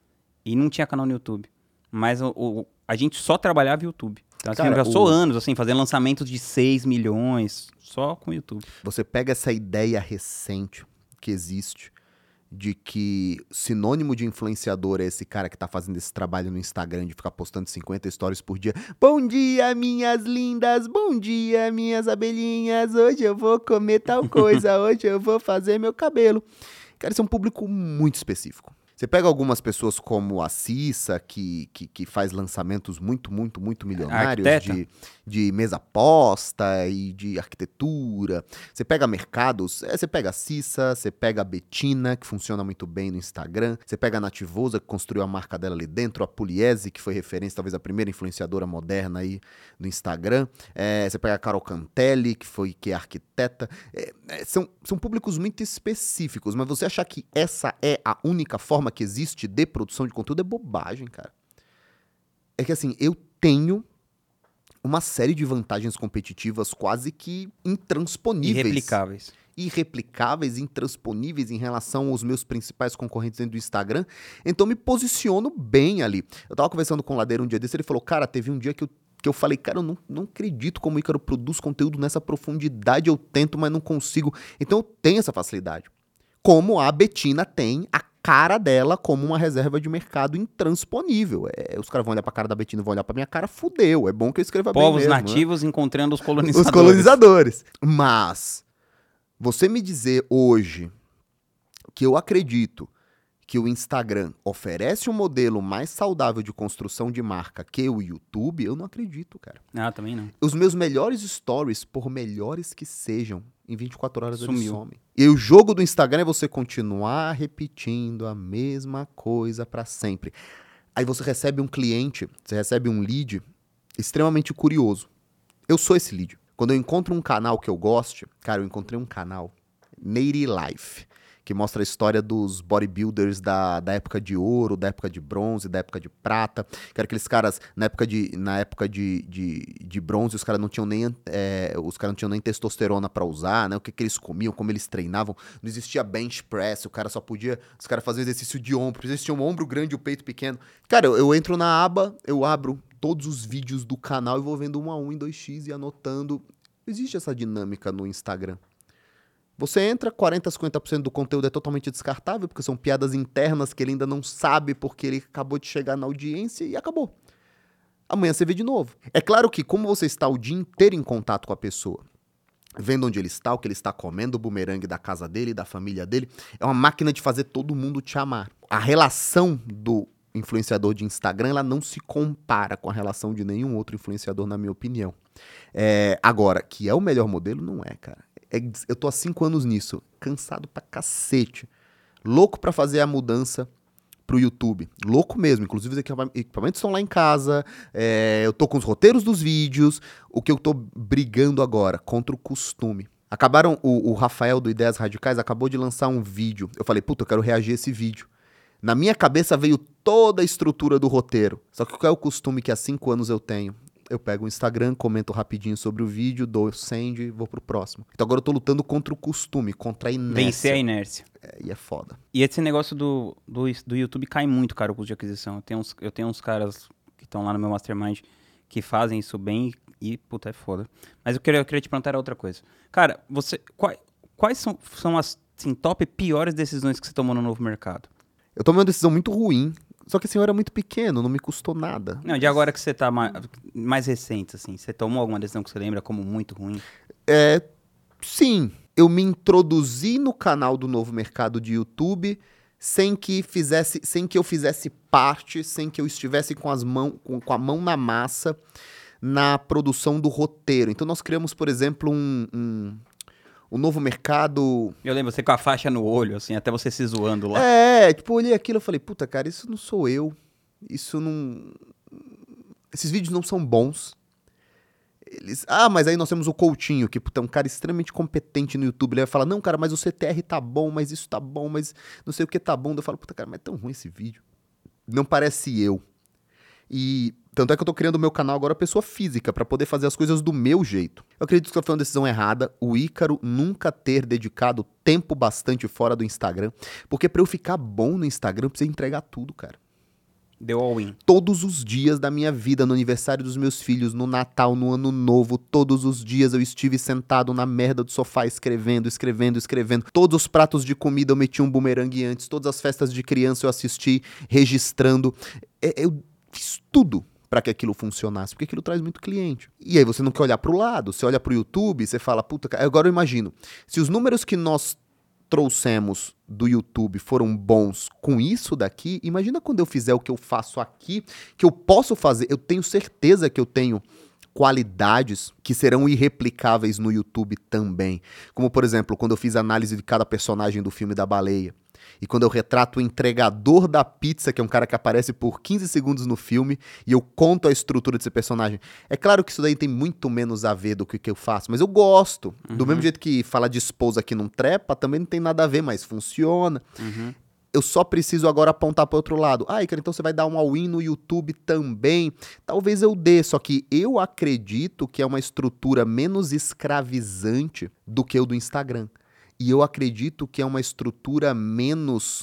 e não tinha canal no YouTube. Mas o, o- a gente só trabalhava YouTube. Então, assim, Cara, eu já sou o- anos, assim, fazendo lançamentos de seis milhões só com o YouTube. Você pega essa ideia recente que existe de que sinônimo de influenciador é esse cara que tá fazendo esse trabalho no Instagram de ficar postando cinquenta stories por dia. Bom dia, minhas lindas! Bom dia, minhas abelhinhas! Hoje eu vou comer tal coisa, hoje eu vou fazer meu cabelo. Cara, esse é um público muito específico. Você pega algumas pessoas como a Cissa, que, que, que faz lançamentos muito, muito, muito milionários Arquiteta. de, de mesa posta e de arquitetura. Você pega mercados, é, você pega a Cissa, você pega a Betina, que funciona muito bem no Instagram. Você pega a Nativosa, que construiu a marca dela ali dentro. A Pugliese, que foi referência, talvez a primeira influenciadora moderna aí no Instagram. É, você pega a Carol Cantelli, que, foi, que é arquiteta. É, é, são, são públicos muito específicos, mas você achar que essa é a única forma que existe de produção de conteúdo é bobagem, cara. É que assim, eu tenho uma série de vantagens competitivas quase que intransponíveis. Irreplicáveis. Irreplicáveis, intransponíveis em relação aos meus principais concorrentes dentro do Instagram. Então me posiciono bem ali. Eu tava conversando com o Ladeira um dia desse, ele falou, cara, teve um dia que eu que eu falei, cara, eu não, não acredito como o Ícaro produz conteúdo nessa profundidade, eu tento, mas não consigo. Então eu tenho essa facilidade. Como a Betina tem a cara dela como uma reserva de mercado intransponível. É, os caras vão olhar pra cara da Betina e vão olhar pra minha cara, fudeu. É bom que eu escreva Povos bem mesmo, né? nativos encontrando os colonizadores. Os colonizadores. Mas, você me dizer hoje que eu acredito que o Instagram oferece um modelo mais saudável de construção de marca que o YouTube, eu não acredito, cara. Ah, também não. Os meus melhores stories, por melhores que sejam, em vinte e quatro horas eles Sumiu. somem. E o jogo do Instagram é você continuar repetindo a mesma coisa pra sempre. Aí você recebe um cliente, você recebe um lead extremamente curioso. Eu sou esse lead. Quando eu encontro um canal que eu goste, cara, eu encontrei um canal, Nady Life, que mostra a história dos bodybuilders da, da época de ouro, da época de bronze, da época de prata. Que era aqueles caras, na época de, na época de, de, de bronze, os caras não tinham nem é, os caras não tinham nem testosterona pra usar, né? O que, que eles comiam, como eles treinavam. Não existia bench press, o cara só podia... Os caras faziam exercício de ombro, existia um ombro grande e o peito pequeno. Cara, eu, eu entro na aba, eu abro todos os vídeos do canal e vou vendo um a um em dois x e anotando. Existe essa dinâmica no Instagram. Você entra, quarenta, cinquenta por cento do conteúdo é totalmente descartável, porque são piadas internas que ele ainda não sabe porque ele acabou de chegar na audiência e acabou. amanhã você vê de novo. É claro que como você está o dia inteiro em contato com a pessoa, vendo onde ele está, o que ele está comendo, o bumerangue da casa dele, da família dele, é uma máquina de fazer todo mundo te amar. A relação do influenciador de Instagram, ela não se compara com a relação de nenhum outro influenciador, na minha opinião. É, agora, que é o melhor modelo, não é, cara. É, eu tô há cinco anos nisso, cansado pra cacete. Louco pra fazer a mudança pro YouTube. Louco mesmo. Inclusive, os equipamentos estão lá em casa. É, eu tô com os roteiros dos vídeos. O que eu tô brigando agora? Contra o costume. Acabaram, o, o Rafael do Ideias Radicais acabou de lançar um vídeo. Eu falei, puta, eu quero reagir a esse vídeo. Na minha cabeça veio toda a estrutura do roteiro. Só que qual é o costume que há cinco anos eu tenho? Eu pego o Instagram, comento rapidinho sobre o vídeo, dou send e vou pro próximo. Então agora eu tô lutando contra o costume, contra a inércia. Vencer a inércia. É, e é foda. E esse negócio do, do, do YouTube cai muito, cara, o custo de aquisição. Eu tenho uns, eu tenho uns caras que estão lá no meu Mastermind que fazem isso bem e, puta, é foda. Mas eu queria, eu queria te perguntar outra coisa. Cara, você, quais, quais são, são as assim, top piores decisões que você tomou no novo mercado? Eu tomei uma decisão muito ruim, só que assim, eu era muito pequeno, não me custou nada. Não, de agora que você tá mais, mais recente, assim, você tomou alguma decisão que você lembra como muito ruim? É, sim. Eu me introduzi no canal do Novo Mercado de YouTube sem que, fizesse, sem que eu fizesse parte, sem que eu estivesse com, as mão, com, com a mão na massa na produção do roteiro. Então nós criamos, por exemplo, um... um O Novo Mercado... Eu lembro você com a faixa no olho, assim, até você se zoando lá. É, tipo, eu olhei aquilo e falei, puta, cara, isso não sou eu. Isso não... Esses vídeos não são bons. Eles... Ah, mas aí nós temos o Coutinho, que puta, é um cara extremamente competente no YouTube. Ele vai falar, não, cara, mas o C T R tá bom, mas isso tá bom, mas não sei o que tá bom. Eu falo, puta, cara, mas é tão ruim esse vídeo. Não parece eu. E tanto é que eu tô criando o meu canal agora pessoa física, pra poder fazer as coisas do meu jeito. Eu acredito que foi uma decisão errada, o Ícaro nunca ter dedicado tempo bastante fora do Instagram, porque pra eu ficar bom no Instagram, eu precisei entregar tudo, cara. Deu all-in. Todos os dias da minha vida, no aniversário dos meus filhos, no Natal, no Ano Novo, todos os dias eu estive sentado na merda do sofá escrevendo, escrevendo, escrevendo. Todos os pratos de comida eu meti um bumerangue antes, todas as festas de criança eu assisti, registrando. É, eu fiz tudo para que aquilo funcionasse, porque aquilo traz muito cliente. E aí você não quer olhar pro lado, você olha pro YouTube, você fala, puta, cara, agora eu imagino, se os números que nós trouxemos do YouTube foram bons com isso daqui, imagina quando eu fizer o que eu faço aqui, que eu posso fazer, eu tenho certeza que eu tenho qualidades que serão irreplicáveis no YouTube também. Como, por exemplo, quando eu fiz a análise de cada personagem do filme da baleia. E quando eu retrato o entregador da pizza, que é um cara que aparece por quinze segundos no filme, e eu conto a estrutura desse personagem. É claro que isso daí tem muito menos a ver do que o que eu faço, mas eu gosto. Uhum. Do mesmo jeito que falar de esposa aqui não trepa, também não tem nada a ver, mas funciona. Uhum. Eu só preciso agora apontar para outro lado. Ah, Ícaro, então você vai dar um all-in no YouTube também? Talvez eu dê, só que eu acredito que é uma estrutura menos escravizante do que o do Instagram. E eu acredito que é uma estrutura menos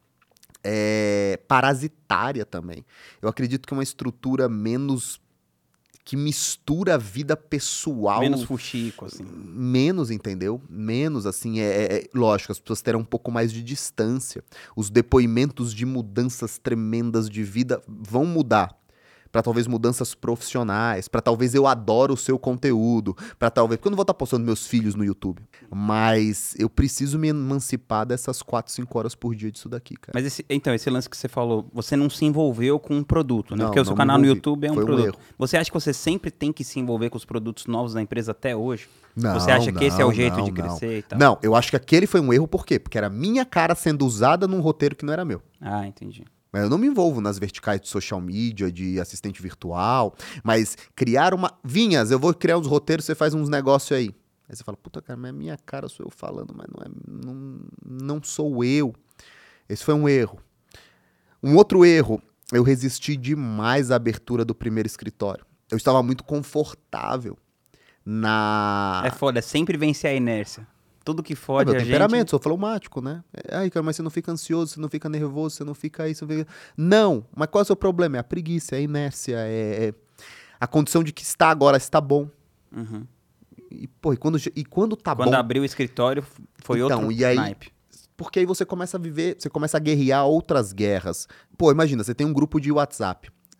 é, parasitária também. Eu acredito que é uma estrutura menos... que mistura a vida pessoal... Menos fuxico, assim. Menos, entendeu? Menos, assim, é, é... Lógico, as pessoas terão um pouco mais de distância. Os depoimentos de mudanças tremendas de vida vão mudar. Para talvez mudanças profissionais, para talvez eu adoro o seu conteúdo, para talvez... Porque eu não vou estar postando meus filhos no YouTube. Mas eu preciso me emancipar dessas quatro, cinco horas por dia disso daqui, cara. Mas esse, então, esse lance que você falou, você não se envolveu com um produto, né? Não, Porque o seu canal no YouTube é um Foi produto. Um erro. Você acha que você sempre tem que se envolver com os produtos novos da empresa até hoje? Não, Você acha não, que esse é o jeito não, de não. crescer e tal? Não, eu acho que aquele foi um erro, por quê? Porque era minha cara sendo usada num roteiro que não era meu. Ah, entendi. Eu não me envolvo nas verticais de social media, de assistente virtual, mas criar uma... Vinhas, eu vou criar uns roteiros, você faz uns negócios aí. Aí você fala, puta, cara, mas é minha cara, sou eu falando, mas não, é, não, não sou eu. Esse foi um erro. Um outro erro, eu resisti demais à abertura do primeiro escritório. Eu estava muito confortável na... É foda, é sempre vencer a inércia. Tudo que fode é meu a temperamento, gente... sou fleumático, né? Ai, cara, mas você não fica ansioso, você não fica nervoso, você não fica isso, fica... Não, mas qual é o seu problema? É a preguiça, é a inércia, é, é a condição de que está agora, está bom. Uhum. E, pô, e quando, e quando tá quando bom... Quando abriu o escritório, foi então, outro e aí, naipe. Porque aí você começa a viver, você começa a guerrear outras guerras. Pô, imagina, você tem um grupo de WhatsApp.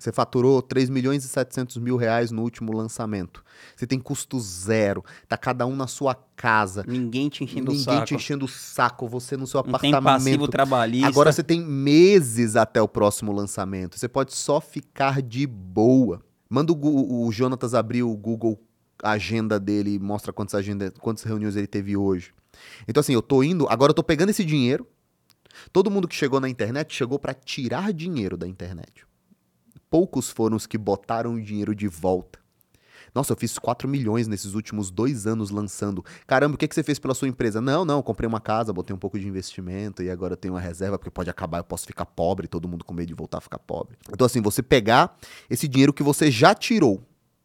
Você faturou três milhões e setecentos mil reais no último lançamento. Você tem custo zero. Tá cada um na sua casa. Ninguém te enchendo o saco. Ninguém te enchendo o saco. Você no seu Não apartamento. tem passivo trabalhista. Agora você tem meses até o próximo lançamento. Você pode só ficar de boa. Manda o, Gu- o Jonatas abrir o Google Agenda dele e mostra quantas, agenda, quantas reuniões ele teve hoje. Então assim, eu tô indo... Agora eu tô pegando esse dinheiro. Todo mundo que chegou na internet chegou para tirar dinheiro da internet. Poucos foram os que botaram o dinheiro de volta. Nossa, eu fiz quatro milhões nesses últimos dois anos lançando. Caramba, o que, que você fez pela sua empresa? Não, não, comprei uma casa, botei um pouco de investimento e agora eu tenho uma reserva, porque pode acabar, eu posso ficar pobre, todo mundo com medo de voltar a ficar pobre. Então assim, você pegar esse dinheiro que você já tirou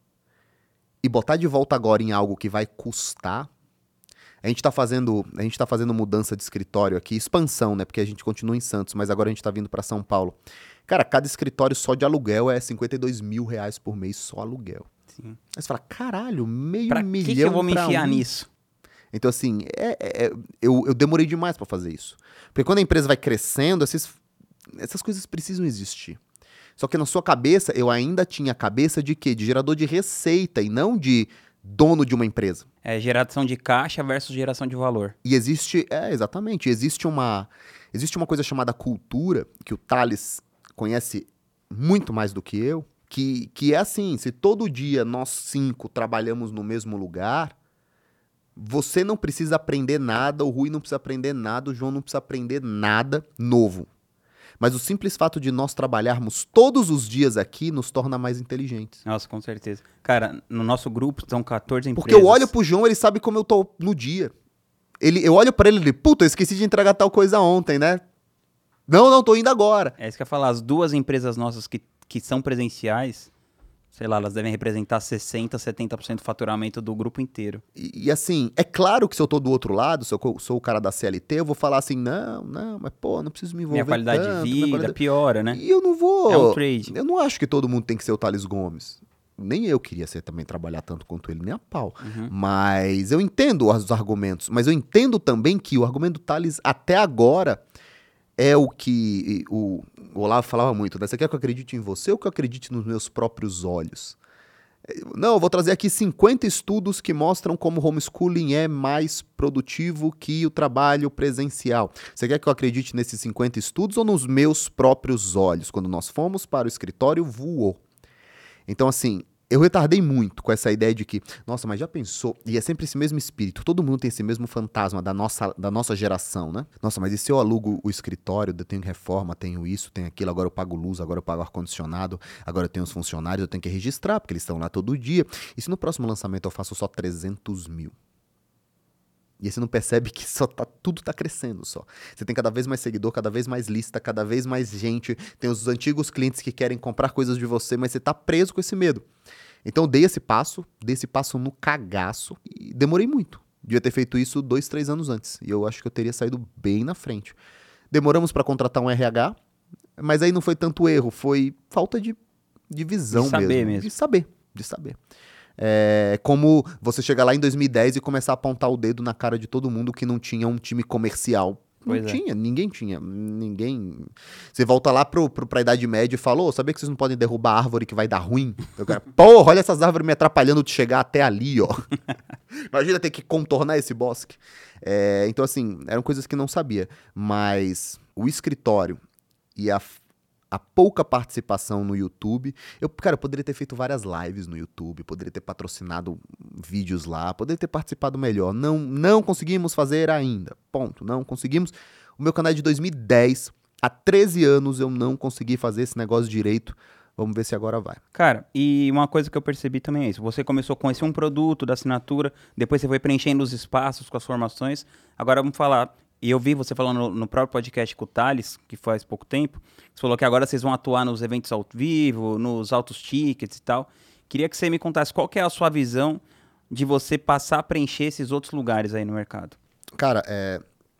e botar de volta agora em algo que vai custar. A gente tá fazendo, a gente tá fazendo mudança de escritório aqui, expansão, né? Porque a gente continua em Santos, mas agora a gente tá vindo para São Paulo. Cara, cada escritório só de aluguel é cinquenta e dois mil reais por mês, só aluguel. Sim. Aí você fala, caralho, meio Pra milhão que, que eu vou me pra enfiar um? nisso? Então, assim, é, é- é- eu, eu demorei demais pra fazer isso. Porque quando a empresa vai crescendo, esses, essas coisas precisam existir. Só que na sua cabeça, eu ainda tinha a cabeça de quê? De gerador de receita e não de dono de uma empresa. É geração de caixa versus geração de valor. E existe, é, exatamente, existe uma, existe uma coisa chamada cultura, que o Thales conhece muito mais do que eu, que, que é assim, se todo dia nós cinco trabalhamos no mesmo lugar, você não precisa aprender nada, o Rui não precisa aprender nada, o João não precisa aprender nada novo. Mas o simples fato de nós trabalharmos todos os dias aqui nos torna mais inteligentes. Nossa, com certeza. Cara, no nosso grupo são quatorze empresas. Porque eu olho pro João, ele sabe como eu tô no dia. Ele, eu olho pra ele e ele, puta, eu esqueci de entregar tal coisa ontem, né? Não, não, tô indo agora. É isso que eu ia falar. As duas empresas nossas que, que são presenciais, sei lá, elas devem representar sessenta, setenta por cento do faturamento do grupo inteiro. E, e assim, é claro que se eu tô do outro lado, se eu co- sou o cara da C L T, eu vou falar assim, não, não, mas pô, não preciso me envolver Minha qualidade tanto, de minha vida qualidade- piora, né? E eu não vou... É um trade. Eu não acho que todo mundo tem que ser o Thales Gomes. Nem eu queria ser também, trabalhar tanto quanto ele, nem a pau. Uhum. Mas eu entendo os argumentos. Mas eu entendo também que o argumento do Thales, até agora, é o que o, o Olavo falava muito, né? Você quer que eu acredite em você ou que eu acredite nos meus próprios olhos? Não, eu vou trazer aqui cinquenta estudos que mostram como o homeschooling é mais produtivo que o trabalho presencial. Você quer que eu acredite nesses cinquenta estudos ou nos meus próprios olhos? Quando nós fomos para o escritório, voou. Então, assim, eu retardei muito com essa ideia de que, nossa, mas já pensou? E é sempre esse mesmo espírito, todo mundo tem esse mesmo fantasma da nossa, da nossa geração, né? Nossa, mas e se eu alugo o escritório, eu tenho reforma, tenho isso, tenho aquilo, agora eu pago luz, agora eu pago ar-condicionado, agora eu tenho os funcionários, eu tenho que registrar, porque eles estão lá todo dia. E se no próximo lançamento eu faço só trezentos mil? E aí você não percebe que só tá, tudo tá crescendo só. Você tem cada vez mais seguidor, cada vez mais lista, cada vez mais gente. Tem os antigos clientes que querem comprar coisas de você, mas você tá preso com esse medo. Então eu dei esse passo, dei esse passo no cagaço e demorei muito. Devia ter feito isso dois, três anos antes. E eu acho que eu teria saído bem na frente. Demoramos para contratar um R H, mas aí não foi tanto erro, foi falta de, de visão De saber mesmo. mesmo. De saber, de saber. É como você chegar lá em dois mil e dez e começar a apontar o dedo na cara de todo mundo que não tinha um time comercial. Não Pois é. tinha, ninguém tinha, ninguém... Você volta lá pro, pro, pra Idade Média e fala, ô, sabia que vocês não podem derrubar a árvore que vai dar ruim? Eu quero, porra, olha essas árvores me atrapalhando de chegar até ali, ó. Imagina ter que contornar esse bosque. É, então, assim, eram coisas que não sabia. Mas o escritório e a, a pouca participação no YouTube... Eu, cara, eu poderia ter feito várias lives no YouTube, poderia ter patrocinado vídeos lá, poderia ter participado melhor. Não, não conseguimos fazer ainda. Ponto. Não conseguimos. O meu canal é de dois mil e dez. Há treze anos eu não consegui fazer esse negócio direito. Vamos ver se agora vai. Cara, e uma coisa que eu percebi também é isso. Você começou com esse um produto da assinatura, depois você foi preenchendo os espaços com as formações. Agora vamos falar, e eu vi você falando no, no próprio podcast com o Thales, que faz pouco tempo, você falou que agora vocês vão atuar nos eventos ao vivo, nos altos tickets e tal. Queria que você me contasse qual que é a sua visão de você passar a preencher esses outros lugares aí no mercado. Cara, é...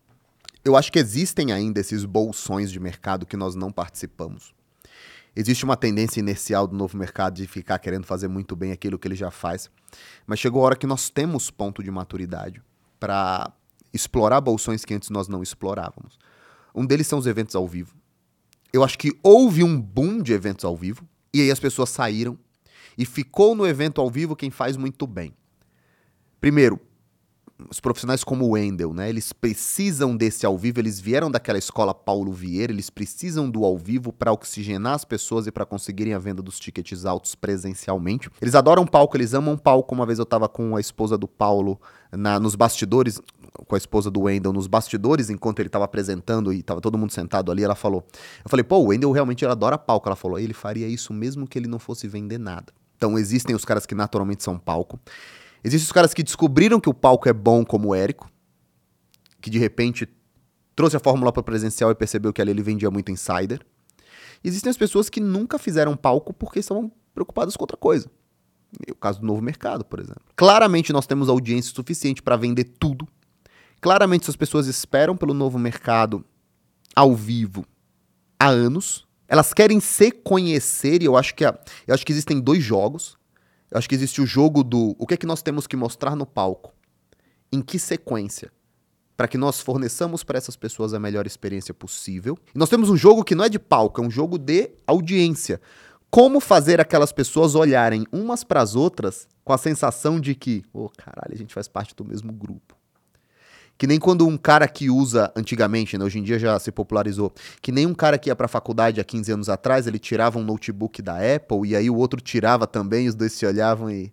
eu acho que existem ainda esses bolsões de mercado que nós não participamos. Existe uma tendência inercial do novo mercado de ficar querendo fazer muito bem aquilo que ele já faz. Mas chegou a hora que nós temos ponto de maturidade para explorar bolsões que antes nós não explorávamos. Um deles são os eventos ao vivo. Eu acho que houve um boom de eventos ao vivo E aí as pessoas saíram e ficou no evento ao vivo quem faz muito bem. Primeiro, os profissionais como o Wendel, né? Eles precisam desse ao vivo, eles vieram daquela escola Paulo Vieira, eles precisam do ao vivo para oxigenar as pessoas e para conseguirem a venda dos tickets altos presencialmente. Eles adoram palco, eles amam palco. Uma vez eu tava com a esposa do Paulo na, nos bastidores, com a esposa do Wendel nos bastidores, enquanto ele tava apresentando e tava todo mundo sentado ali, ela falou, eu falei, pô, o Wendel realmente ele adora palco. Ela falou, ele faria isso mesmo que ele não fosse vender nada. Então existem os caras que naturalmente são palco. Existem os caras que descobriram que o palco é bom, como o Érico, que de repente trouxe a fórmula para presencial e percebeu que ali ele vendia muito insider. E existem as pessoas que nunca fizeram palco porque estavam preocupadas com outra coisa. É o caso do Novo Mercado, por exemplo. Claramente nós temos audiência suficiente para vender tudo. Claramente essas pessoas esperam pelo Novo Mercado ao vivo há anos. Elas querem se conhecer e eu acho que, a, eu acho que existem dois jogos. Eu acho que existe o jogo do o que é que nós temos que mostrar no palco, em que sequência, para que nós forneçamos para essas pessoas a melhor experiência possível. E nós temos um jogo que não é de palco, é um jogo de audiência. Como fazer aquelas pessoas olharem umas para as outras com a sensação de que, oh, caralho, a gente faz parte do mesmo grupo. Que nem quando um cara que usa, antigamente, né, hoje em dia já se popularizou, que nem um cara que ia pra faculdade há quinze anos atrás, ele tirava um notebook da Apple e aí o outro tirava também, e os dois se olhavam e...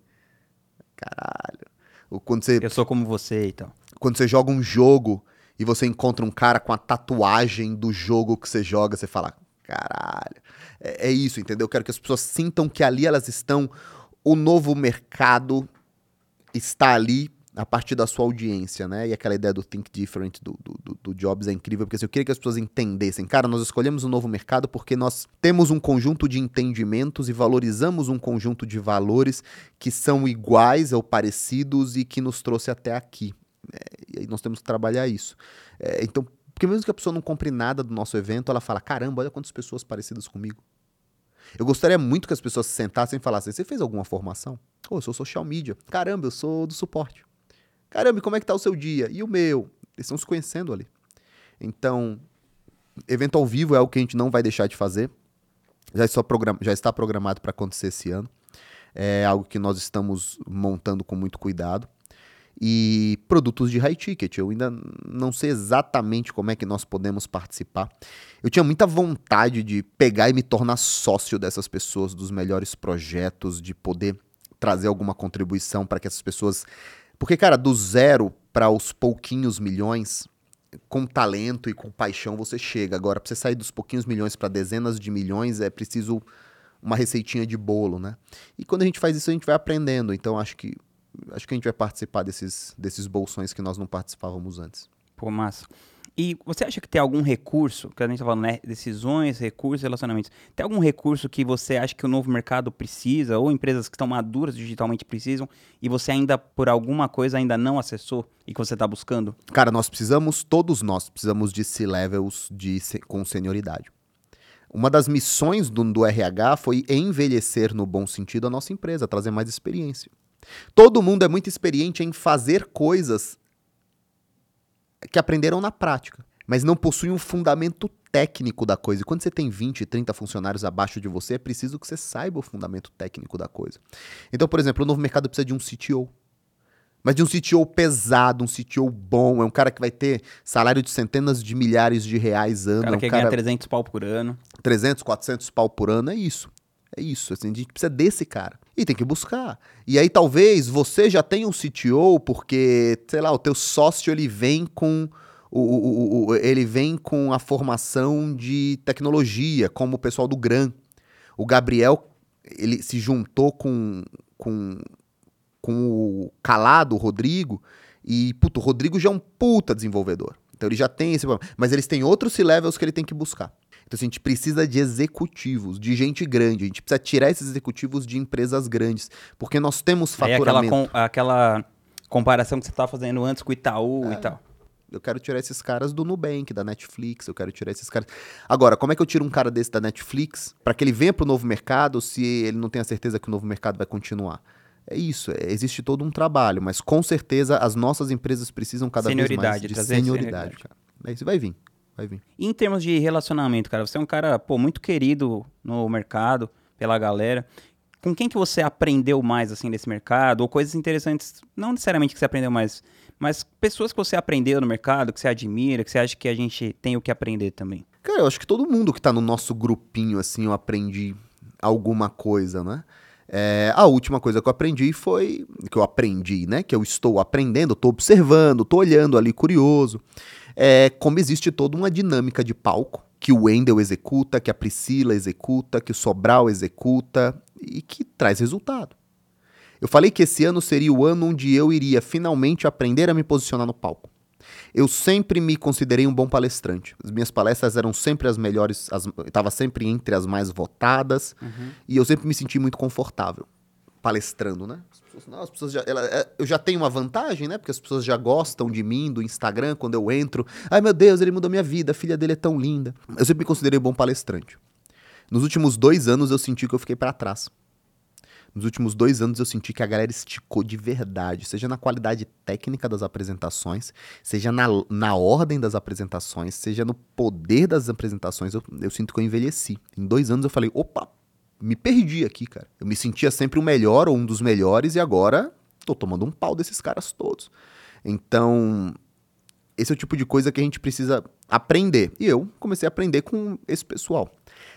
Caralho. Ou quando você, Eu sou como você e tal. quando você joga um jogo e você encontra um cara com a tatuagem do jogo que você joga, você fala, caralho. É, é isso, entendeu? Eu quero que as pessoas sintam que ali elas estão, o novo mercado está ali a partir da sua audiência, né? E aquela ideia do Think Different do, do, do Jobs é incrível, porque assim, eu queria que as pessoas entendessem. Cara, nós escolhemos um novo mercado porque nós temos um conjunto de entendimentos e valorizamos um conjunto de valores que são iguais ou parecidos e que nos trouxe até aqui. É, e aí nós temos que trabalhar isso. É, então, porque mesmo que a pessoa não compre nada do nosso evento, ela fala, caramba, olha quantas pessoas parecidas comigo. Eu gostaria muito que as pessoas se sentassem e falassem, você fez alguma formação? Oh, eu sou social media. Caramba, eu sou do suporte. Caramba, como é que tá o seu dia? E o meu? Eles estão se conhecendo ali. Então, evento ao vivo é algo que a gente não vai deixar de fazer. Já está, program... Já está programado para acontecer esse ano. É algo que nós estamos montando com muito cuidado. E produtos de high ticket. Eu ainda não sei exatamente como é que nós podemos participar. Eu tinha muita vontade de pegar e me tornar sócio dessas pessoas, dos melhores projetos, de poder trazer alguma contribuição para que essas pessoas... Porque, cara, do zero para os pouquinhos milhões, com talento e com paixão você chega. Agora, para você sair dos pouquinhos milhões para dezenas de milhões, é preciso uma receitinha de bolo, né? E quando a gente faz isso, a gente vai aprendendo. Então, acho que, acho que a gente vai participar desses, desses bolsões que nós não participávamos antes. Pô, massa. E você acha que tem algum recurso, que a gente tá falando, né? Decisões, recursos, relacionamentos. Tem algum recurso que você acha que o novo mercado precisa, ou empresas que estão maduras digitalmente precisam, e você ainda, por alguma coisa, ainda não acessou e que você está buscando? Cara, nós precisamos, todos nós, precisamos de C-levels de, com senioridade. Uma das missões do, do R H foi envelhecer, no bom sentido, a nossa empresa, trazer mais experiência. Todo mundo é muito experiente em fazer coisas que aprenderam na prática, mas não possuem um fundamento técnico da coisa. E quando você tem vinte, trinta funcionários abaixo de você, é preciso que você saiba o fundamento técnico da coisa. Então, por exemplo, o novo mercado precisa de um C T O. Mas de um C T O pesado, um C T O bom, é um cara que vai ter salário de centenas de milhares de reais ano. Cara é um que cara... ganha trezentos pau por ano. trezentos, quatrocentos pau por ano, é isso. É isso, assim, a gente precisa desse cara. E tem que buscar. E aí talvez você já tenha um C T O porque, sei lá, o teu sócio ele vem com o, o, o, ele vem com a formação de tecnologia, como o pessoal do Gran. O Gabriel, ele se juntou com, com, com o Calado, o Rodrigo, e, puto, o Rodrigo já é um puta desenvolvedor. Então ele já tem esse problema. Mas eles têm outros C-levels que ele tem que buscar. Então, assim, a gente precisa de executivos, de gente grande. A gente precisa tirar esses executivos de empresas grandes, porque nós temos faturamento. Aí aquela, com, aquela comparação que você estava fazendo antes com o Itaú é, e tal. Eu quero tirar esses caras do Nubank, da Netflix, eu quero tirar esses caras... Agora, como é que eu tiro um cara desse da Netflix para que ele venha para o novo mercado se ele não tem a certeza que o novo mercado vai continuar? É isso, é, existe todo um trabalho, mas com certeza as nossas empresas precisam cada vez mais de senioridade, senioridade, cara. É isso, vai vir. Vai vir. E em termos de relacionamento, cara, você é um cara, pô, muito querido no mercado, pela galera. Com quem que você aprendeu mais, assim, desse mercado? Ou coisas interessantes, não necessariamente que você aprendeu mais, mas pessoas que você aprendeu no mercado, que você admira, que você acha que a gente tem o que aprender também? Cara, eu acho que todo mundo que tá no nosso grupinho, assim, eu aprendi alguma coisa, né? É, a última coisa que eu aprendi foi... Que eu aprendi, né? Que eu estou aprendendo, tô observando, tô olhando ali, curioso. É como existe toda uma dinâmica de palco que o Wendel executa, que a Priscila executa, que o Sobral executa e que traz resultado. Eu falei que esse ano seria o ano onde eu iria finalmente aprender a me posicionar no palco. Eu sempre me considerei um bom palestrante. As minhas palestras eram sempre as melhores, estava sempre entre as mais votadas, uhum. E eu sempre me senti muito confortável palestrando, né? As pessoas, não, as pessoas já, ela, eu já tenho uma vantagem, né? Porque as pessoas já gostam de mim, do Instagram, quando eu entro. Ai, meu Deus, ele mudou minha vida, a filha dele é tão linda. Eu sempre me considerei um bom palestrante. Nos últimos dois anos eu senti que eu fiquei para trás. Nos últimos dois anos eu senti que a galera esticou de verdade, seja na qualidade técnica das apresentações, seja na, na ordem das apresentações, seja no poder das apresentações, eu, eu sinto que eu envelheci. Em dois anos eu falei, opa, me perdi aqui, cara. Eu me sentia sempre o melhor ou um dos melhores e agora tô tomando um pau desses caras todos. Então, esse é o tipo de coisa que a gente precisa aprender. E eu comecei a aprender com esse pessoal.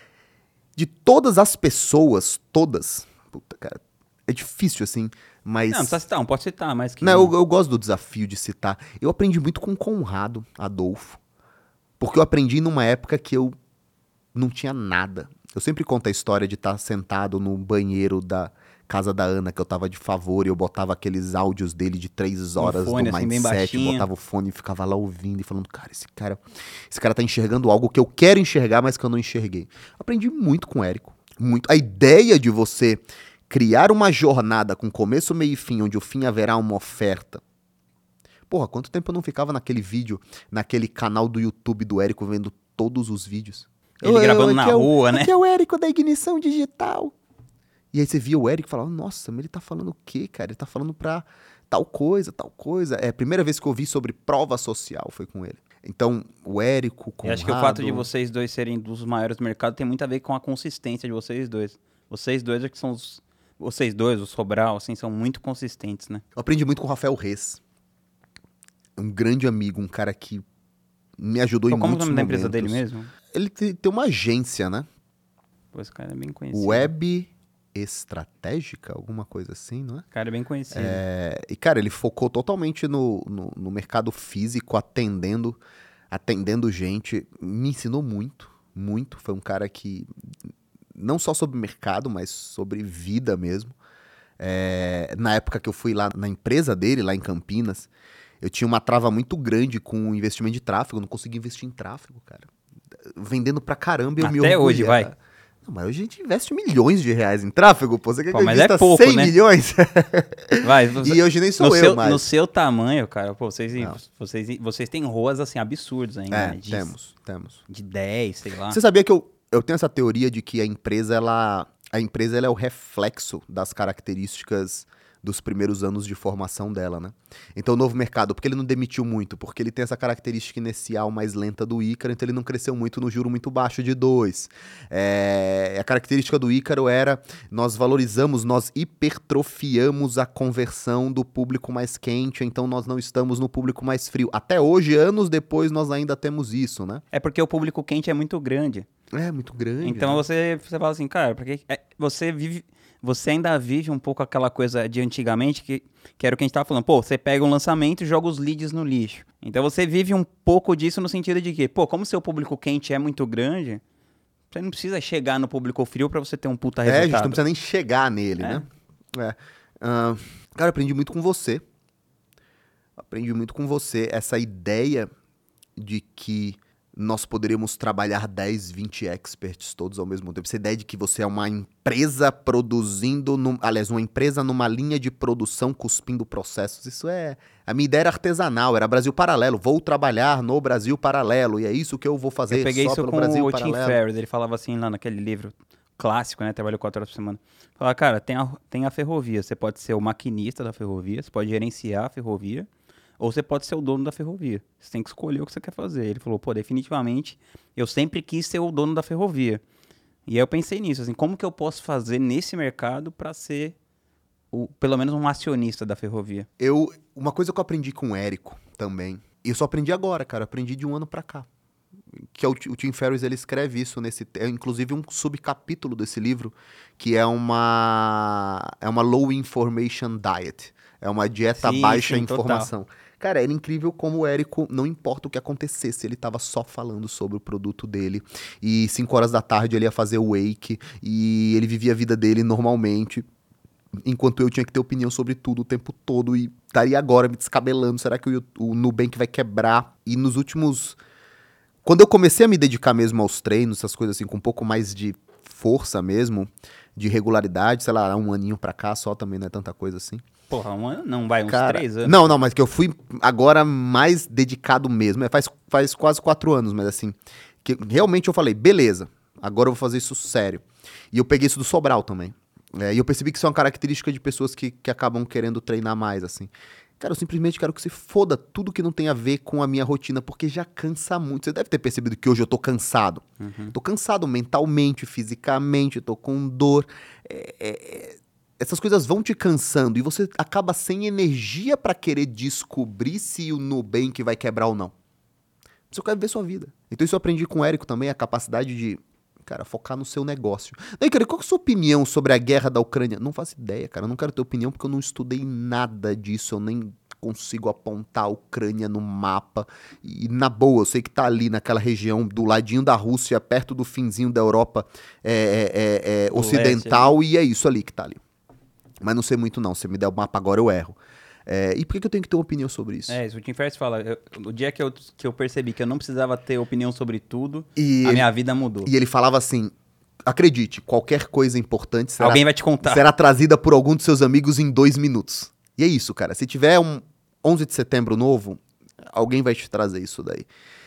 De todas as pessoas, todas... Puta, cara, é difícil, assim, mas... Não, não precisa citar, não pode citar, mas... Que... Não, eu, eu gosto do desafio de citar. Eu aprendi muito com o Conrado Adolfo, porque eu aprendi numa época que eu não tinha nada. Eu sempre conto a história de estar sentado no banheiro da casa da Ana, que eu tava de favor, e eu botava aqueles áudios dele de três horas um fone, do Mindset, assim, botava o fone e ficava lá ouvindo e falando, cara, esse cara, esse cara tá enxergando algo que eu quero enxergar, mas que eu não enxerguei. Aprendi muito com o Érico. Muito. A ideia de você criar uma jornada com começo, meio e fim, onde o fim haverá uma oferta. Porra, quanto tempo eu não ficava naquele vídeo, naquele canal do YouTube do Érico, vendo todos os vídeos. Ele eu, gravando eu, na é o, rua, né? Aqui é o Érico da Ignição Digital. E aí você via o Érico e falava, nossa, mas ele tá falando o quê, cara? Ele tá falando pra tal coisa, tal coisa. É a primeira vez que eu ouvi sobre prova social, foi com ele. Então, o Érico, o Conrado... Eu acho que o fato de vocês dois serem dos maiores do mercado tem muito a ver com a consistência de vocês dois. Vocês dois é que são os... Vocês dois, o Sobral, assim, são muito consistentes, né? Eu aprendi muito com o Rafael Reis. Um grande amigo, um cara que me ajudou Pô, em muitos momentos. Como é o nome da empresa dele mesmo? Ele tem uma agência, né? Pô, esse cara é bem conhecido. Web Estratégica, alguma coisa assim, não é? O cara é bem conhecido. É... E, cara, ele focou totalmente no, no, no mercado físico, atendendo, atendendo gente. Me ensinou muito, muito. Foi um cara que, não só sobre mercado, mas sobre vida mesmo. É... Na época que eu fui lá na empresa dele, lá em Campinas, eu tinha uma trava muito grande com o investimento de tráfego. Eu não conseguia investir em tráfego, cara. Vendendo pra caramba, eu Até me orgulhava. Até hoje, vai. Não, mas hoje a gente investe milhões de reais em tráfego, pô. Você quer pô, que eu mas invista é pouco, cem né? milhões? Vai, você, e hoje nem sou no eu, seu, mas... No seu tamanho, cara, pô, vocês, vocês, vocês têm ruas, assim, absurdas ainda, É, né? De, temos, temos. De dez, sei lá. Você sabia que eu, eu tenho essa teoria de que a empresa, ela, a empresa ela é o reflexo das características dos primeiros anos de formação dela, né? Então, o Novo Mercado, porque ele não demitiu muito? Porque ele tem essa característica inicial mais lenta do Ícaro, então ele não cresceu muito no juro muito baixo de dois. É, a característica do Ícaro era, nós valorizamos, nós hipertrofiamos a conversão do público mais quente, então nós não estamos no público mais frio. Até hoje, anos depois, nós ainda temos isso, né? É porque o público quente é muito grande. É, muito grande. Então, né? você, você fala assim, cara, porque é, você vive... Você ainda vive um pouco aquela coisa de antigamente, que, que era o que a gente tava falando. Pô, você pega um lançamento e joga os leads no lixo. Então você vive um pouco disso no sentido de que, pô, como seu público quente é muito grande, você não precisa chegar no público frio pra você ter um puta resultado. É, a gente não precisa nem chegar nele, é. né? É. Uh, cara, eu aprendi muito com você. Aprendi muito com você essa ideia de que nós poderíamos trabalhar dez, vinte experts todos ao mesmo tempo. Essa ideia de que você é uma empresa produzindo, num, aliás, uma empresa numa linha de produção cuspindo processos. Isso é... A minha ideia era artesanal, era Brasil Paralelo. Vou trabalhar no Brasil Paralelo e é isso que eu vou fazer eu peguei só isso pelo com Brasil o Paralelo. Tim Ferriss, ele falava assim lá naquele livro clássico, né? Trabalhou quatro horas por semana. Falava, cara, tem a, tem a ferrovia. Você pode ser o maquinista da ferrovia, você pode gerenciar a ferrovia, ou você pode ser o dono da ferrovia. Você tem que escolher o que você quer fazer. Ele falou, pô, definitivamente, eu sempre quis ser o dono da ferrovia. E aí eu pensei nisso, assim, como que eu posso fazer nesse mercado para ser, o, pelo menos, um acionista da ferrovia? Eu, uma coisa que eu aprendi com o Érico também, e eu só aprendi agora, cara, aprendi de um ano pra cá, que é o, o Tim Ferriss, ele escreve isso nesse, é inclusive um subcapítulo desse livro, que é uma é uma low information diet, é uma dieta Sim, baixa sim, informação. total. Cara, era incrível como o Érico, não importa o que acontecesse, ele tava só falando sobre o produto dele. E cinco horas da tarde ele ia fazer o wake, e ele vivia a vida dele normalmente, enquanto eu tinha que ter opinião sobre tudo o tempo todo, e estaria agora me descabelando, será que o, o Nubank vai quebrar? E nos últimos... Quando eu comecei a me dedicar mesmo aos treinos, essas coisas assim, com um pouco mais de força mesmo, de regularidade, sei lá, um aninho pra cá só, também não é tanta coisa assim. Porra, um ano não, vai, uns Cara, três anos. não, não, mas que eu fui agora mais dedicado mesmo. É, faz, faz quase quatro anos, mas assim, que realmente eu falei, beleza, agora eu vou fazer isso sério. E eu peguei isso do Sobral também. É, e eu percebi que isso é uma característica de pessoas que, que acabam querendo treinar mais, assim. Cara, eu simplesmente quero que se foda tudo que não tem a ver com a minha rotina, porque já cansa muito. Você deve ter percebido que hoje eu tô cansado. Uhum. Tô cansado mentalmente, fisicamente, tô com dor. É, é, essas coisas vão te cansando e você acaba sem energia pra querer descobrir se o Nubank vai quebrar ou não. Você quer ver sua vida. Então isso eu aprendi com o Érico também, a capacidade de, cara, focar no seu negócio. Daí, cara, qual é a sua opinião sobre a guerra da Ucrânia? Não faço ideia, cara. Eu não quero ter opinião porque eu não estudei nada disso. Eu nem consigo apontar a Ucrânia no mapa. E na boa, eu sei que tá ali naquela região do ladinho da Rússia, perto do finzinho da Europa é, é, é, é, O ocidental, e é isso ali que tá ali. Mas não sei muito não. Se me der o mapa agora, eu erro. É, e por que, que eu tenho que ter uma opinião sobre isso? É, isso o Tim Ferriss fala. Eu, o dia que eu, que eu percebi que eu não precisava ter opinião sobre tudo, E a ele- minha vida mudou. E ele falava assim, acredite, qualquer coisa importante será, Alguém vai te contar. será trazida por algum de seus amigos em dois minutos. E é isso, cara. Se tiver um onze de setembro novo, alguém vai te trazer isso daí.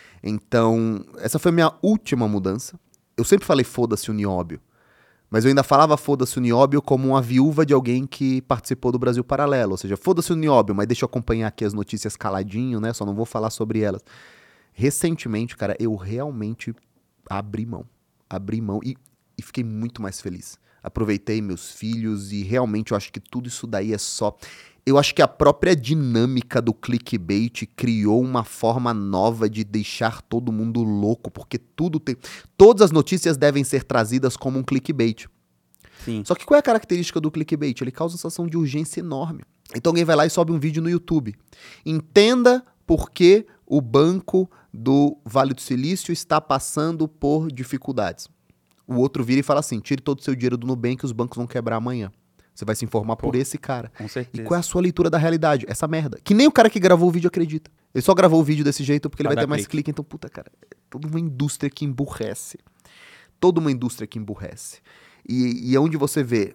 Então, essa foi a minha última mudança. Eu sempre falei foda-se o nióbio. Mas eu ainda falava foda-se o nióbio como uma viúva de alguém que participou do Brasil Paralelo. Ou seja, foda-se o nióbio, mas deixa eu acompanhar aqui as notícias caladinho, né? Só não vou falar sobre elas. Recentemente, cara, eu realmente abri mão. Abri mão e, e fiquei muito mais feliz. Aproveitei meus filhos e realmente eu acho que tudo isso daí é só... Eu acho que a própria dinâmica do clickbait criou uma forma nova de deixar todo mundo louco, porque tudo tem... Todas as notícias devem ser trazidas como um clickbait. Sim. Só que qual é a característica do clickbait? Ele causa uma sensação de urgência enorme. Então alguém vai lá e sobe um vídeo no YouTube. Entenda por que o banco do Vale do Silício está passando por dificuldades. O outro vira e fala assim, tire todo o seu dinheiro do Nubank, os bancos vão quebrar amanhã. Você vai se informar Pô, por esse cara. Com E certeza. qual é a sua leitura da realidade? Essa merda. Que nem o cara que gravou o vídeo acredita. Ele só gravou o vídeo desse jeito porque ele Pra vai dar ter mais clique. clique. Então, puta, cara, é toda uma indústria que emburrece. Toda uma indústria que emburrece. E, e onde você vê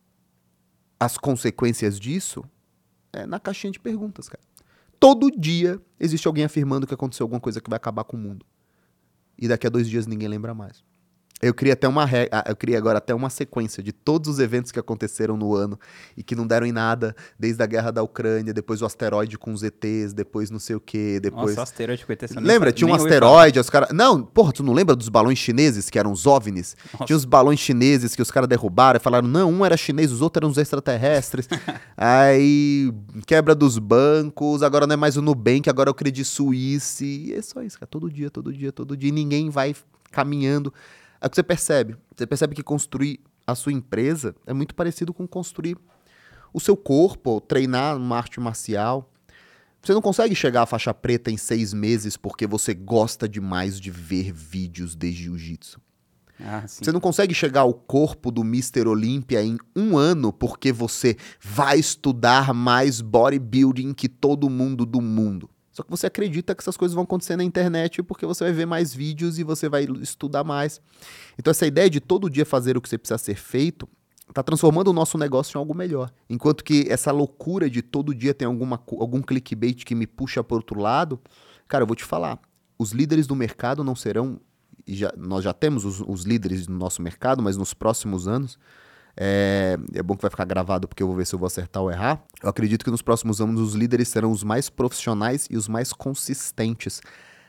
as consequências disso é na caixinha de perguntas, cara. Todo dia existe alguém afirmando que aconteceu alguma coisa que vai acabar com o mundo. E daqui a dois dias ninguém lembra mais. Eu criei até uma re... ah, eu criei agora até uma sequência de todos os eventos que aconteceram no ano e que não deram em nada, desde a guerra da Ucrânia, depois o asteroide com os E Tês, depois não sei o quê, depois... Nossa, asteroide com E T, você nem Lembra? fa- Tinha um nem ouvi asteroide, os caras... Não, porra, tu não lembra dos balões chineses, que eram os OVNIs? Nossa. Tinha os balões chineses que os caras derrubaram e falaram, não, um era chinês, os outros eram os extraterrestres. Aí, quebra dos bancos, agora não é mais o Nubank, agora é o Credit Suisse. E é só isso, cara. Todo dia, todo dia, todo dia. E ninguém vai caminhando. É o que você percebe. Você percebe que construir a sua empresa é muito parecido com construir o seu corpo, treinar uma arte marcial. Você não consegue chegar à faixa preta em seis meses porque você gosta demais de ver vídeos de jiu-jitsu. Ah, sim. Você não consegue chegar ao corpo do mister Olímpia em um ano porque você vai estudar mais bodybuilding que todo mundo do mundo. Só que você acredita que essas coisas vão acontecer na internet porque você vai ver mais vídeos e você vai estudar mais. Então essa ideia de todo dia fazer o que você precisa ser feito está transformando o nosso negócio em algo melhor. Enquanto que essa loucura de todo dia tem alguma, algum clickbait que me puxa para outro lado, cara, eu vou te falar, os líderes do mercado não serão, e já, nós já temos os, os líderes do nosso mercado, mas nos próximos anos, é, é bom que vai ficar gravado porque eu vou ver se eu vou acertar ou errar, eu acredito que nos próximos anos os líderes serão os mais profissionais e os mais consistentes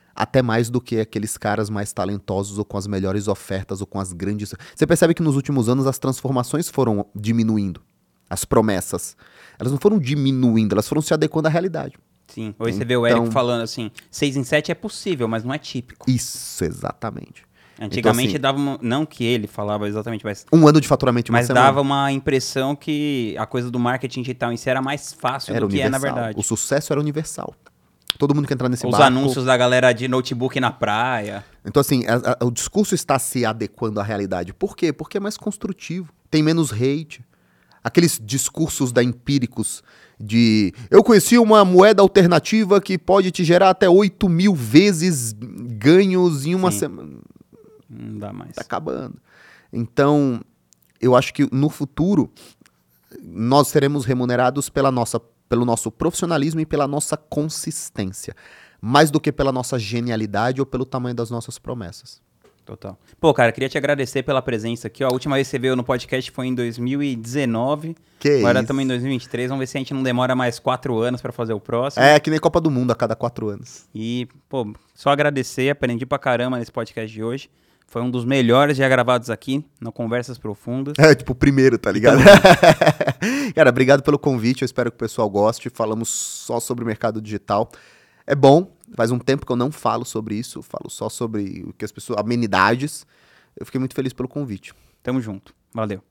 até mais do que aqueles caras mais talentosos ou com as melhores ofertas ou com as grandes... Você percebe que nos últimos anos as transformações foram diminuindo, as promessas. Elas não foram diminuindo, elas foram se adequando à realidade. Sim, hoje você vê o Érico falando assim, seis em sete é possível, mas não é típico. Isso, exatamente. Antigamente então, assim, dava, uma, não que ele falava exatamente, mas... Um ano de faturamento de uma Mas semana. dava uma impressão que a coisa do marketing digital em si era mais fácil Era do que universal. é na verdade. O sucesso era universal. Todo mundo que entrar nesse Os barco... anúncios da galera de notebook na praia. Então, assim, a, a, o discurso está se adequando à realidade. Por quê? Porque é mais construtivo. Tem menos hate. Aqueles discursos da Empíricos de... Eu conheci uma moeda alternativa que pode te gerar até oito mil vezes ganhos em uma semana. Não dá mais. Tá acabando. Então, eu acho que no futuro nós seremos remunerados pela nossa, pelo nosso profissionalismo e pela nossa consistência, mais do que pela nossa genialidade ou pelo tamanho das nossas promessas. Total. Pô, cara, queria te agradecer pela presença aqui. Ó, a última vez que você veio no podcast foi em dois mil e dezenove. Que Agora isso. estamos em dois mil e vinte e três. Vamos ver se a gente não demora mais quatro anos para fazer o próximo. É que nem Copa do Mundo a cada quatro anos. E, pô, só agradecer. Aprendi pra caramba nesse podcast de hoje. Foi um dos melhores já gravados aqui, no Conversas Profundas. É, tipo, o primeiro, tá ligado? Cara, obrigado pelo convite. Eu espero que o pessoal goste. Falamos só sobre o mercado digital. É bom. Faz um tempo que eu não falo sobre isso. Falo só sobre o que as pessoas... amenidades. Eu fiquei muito feliz pelo convite. Tamo junto. Valeu.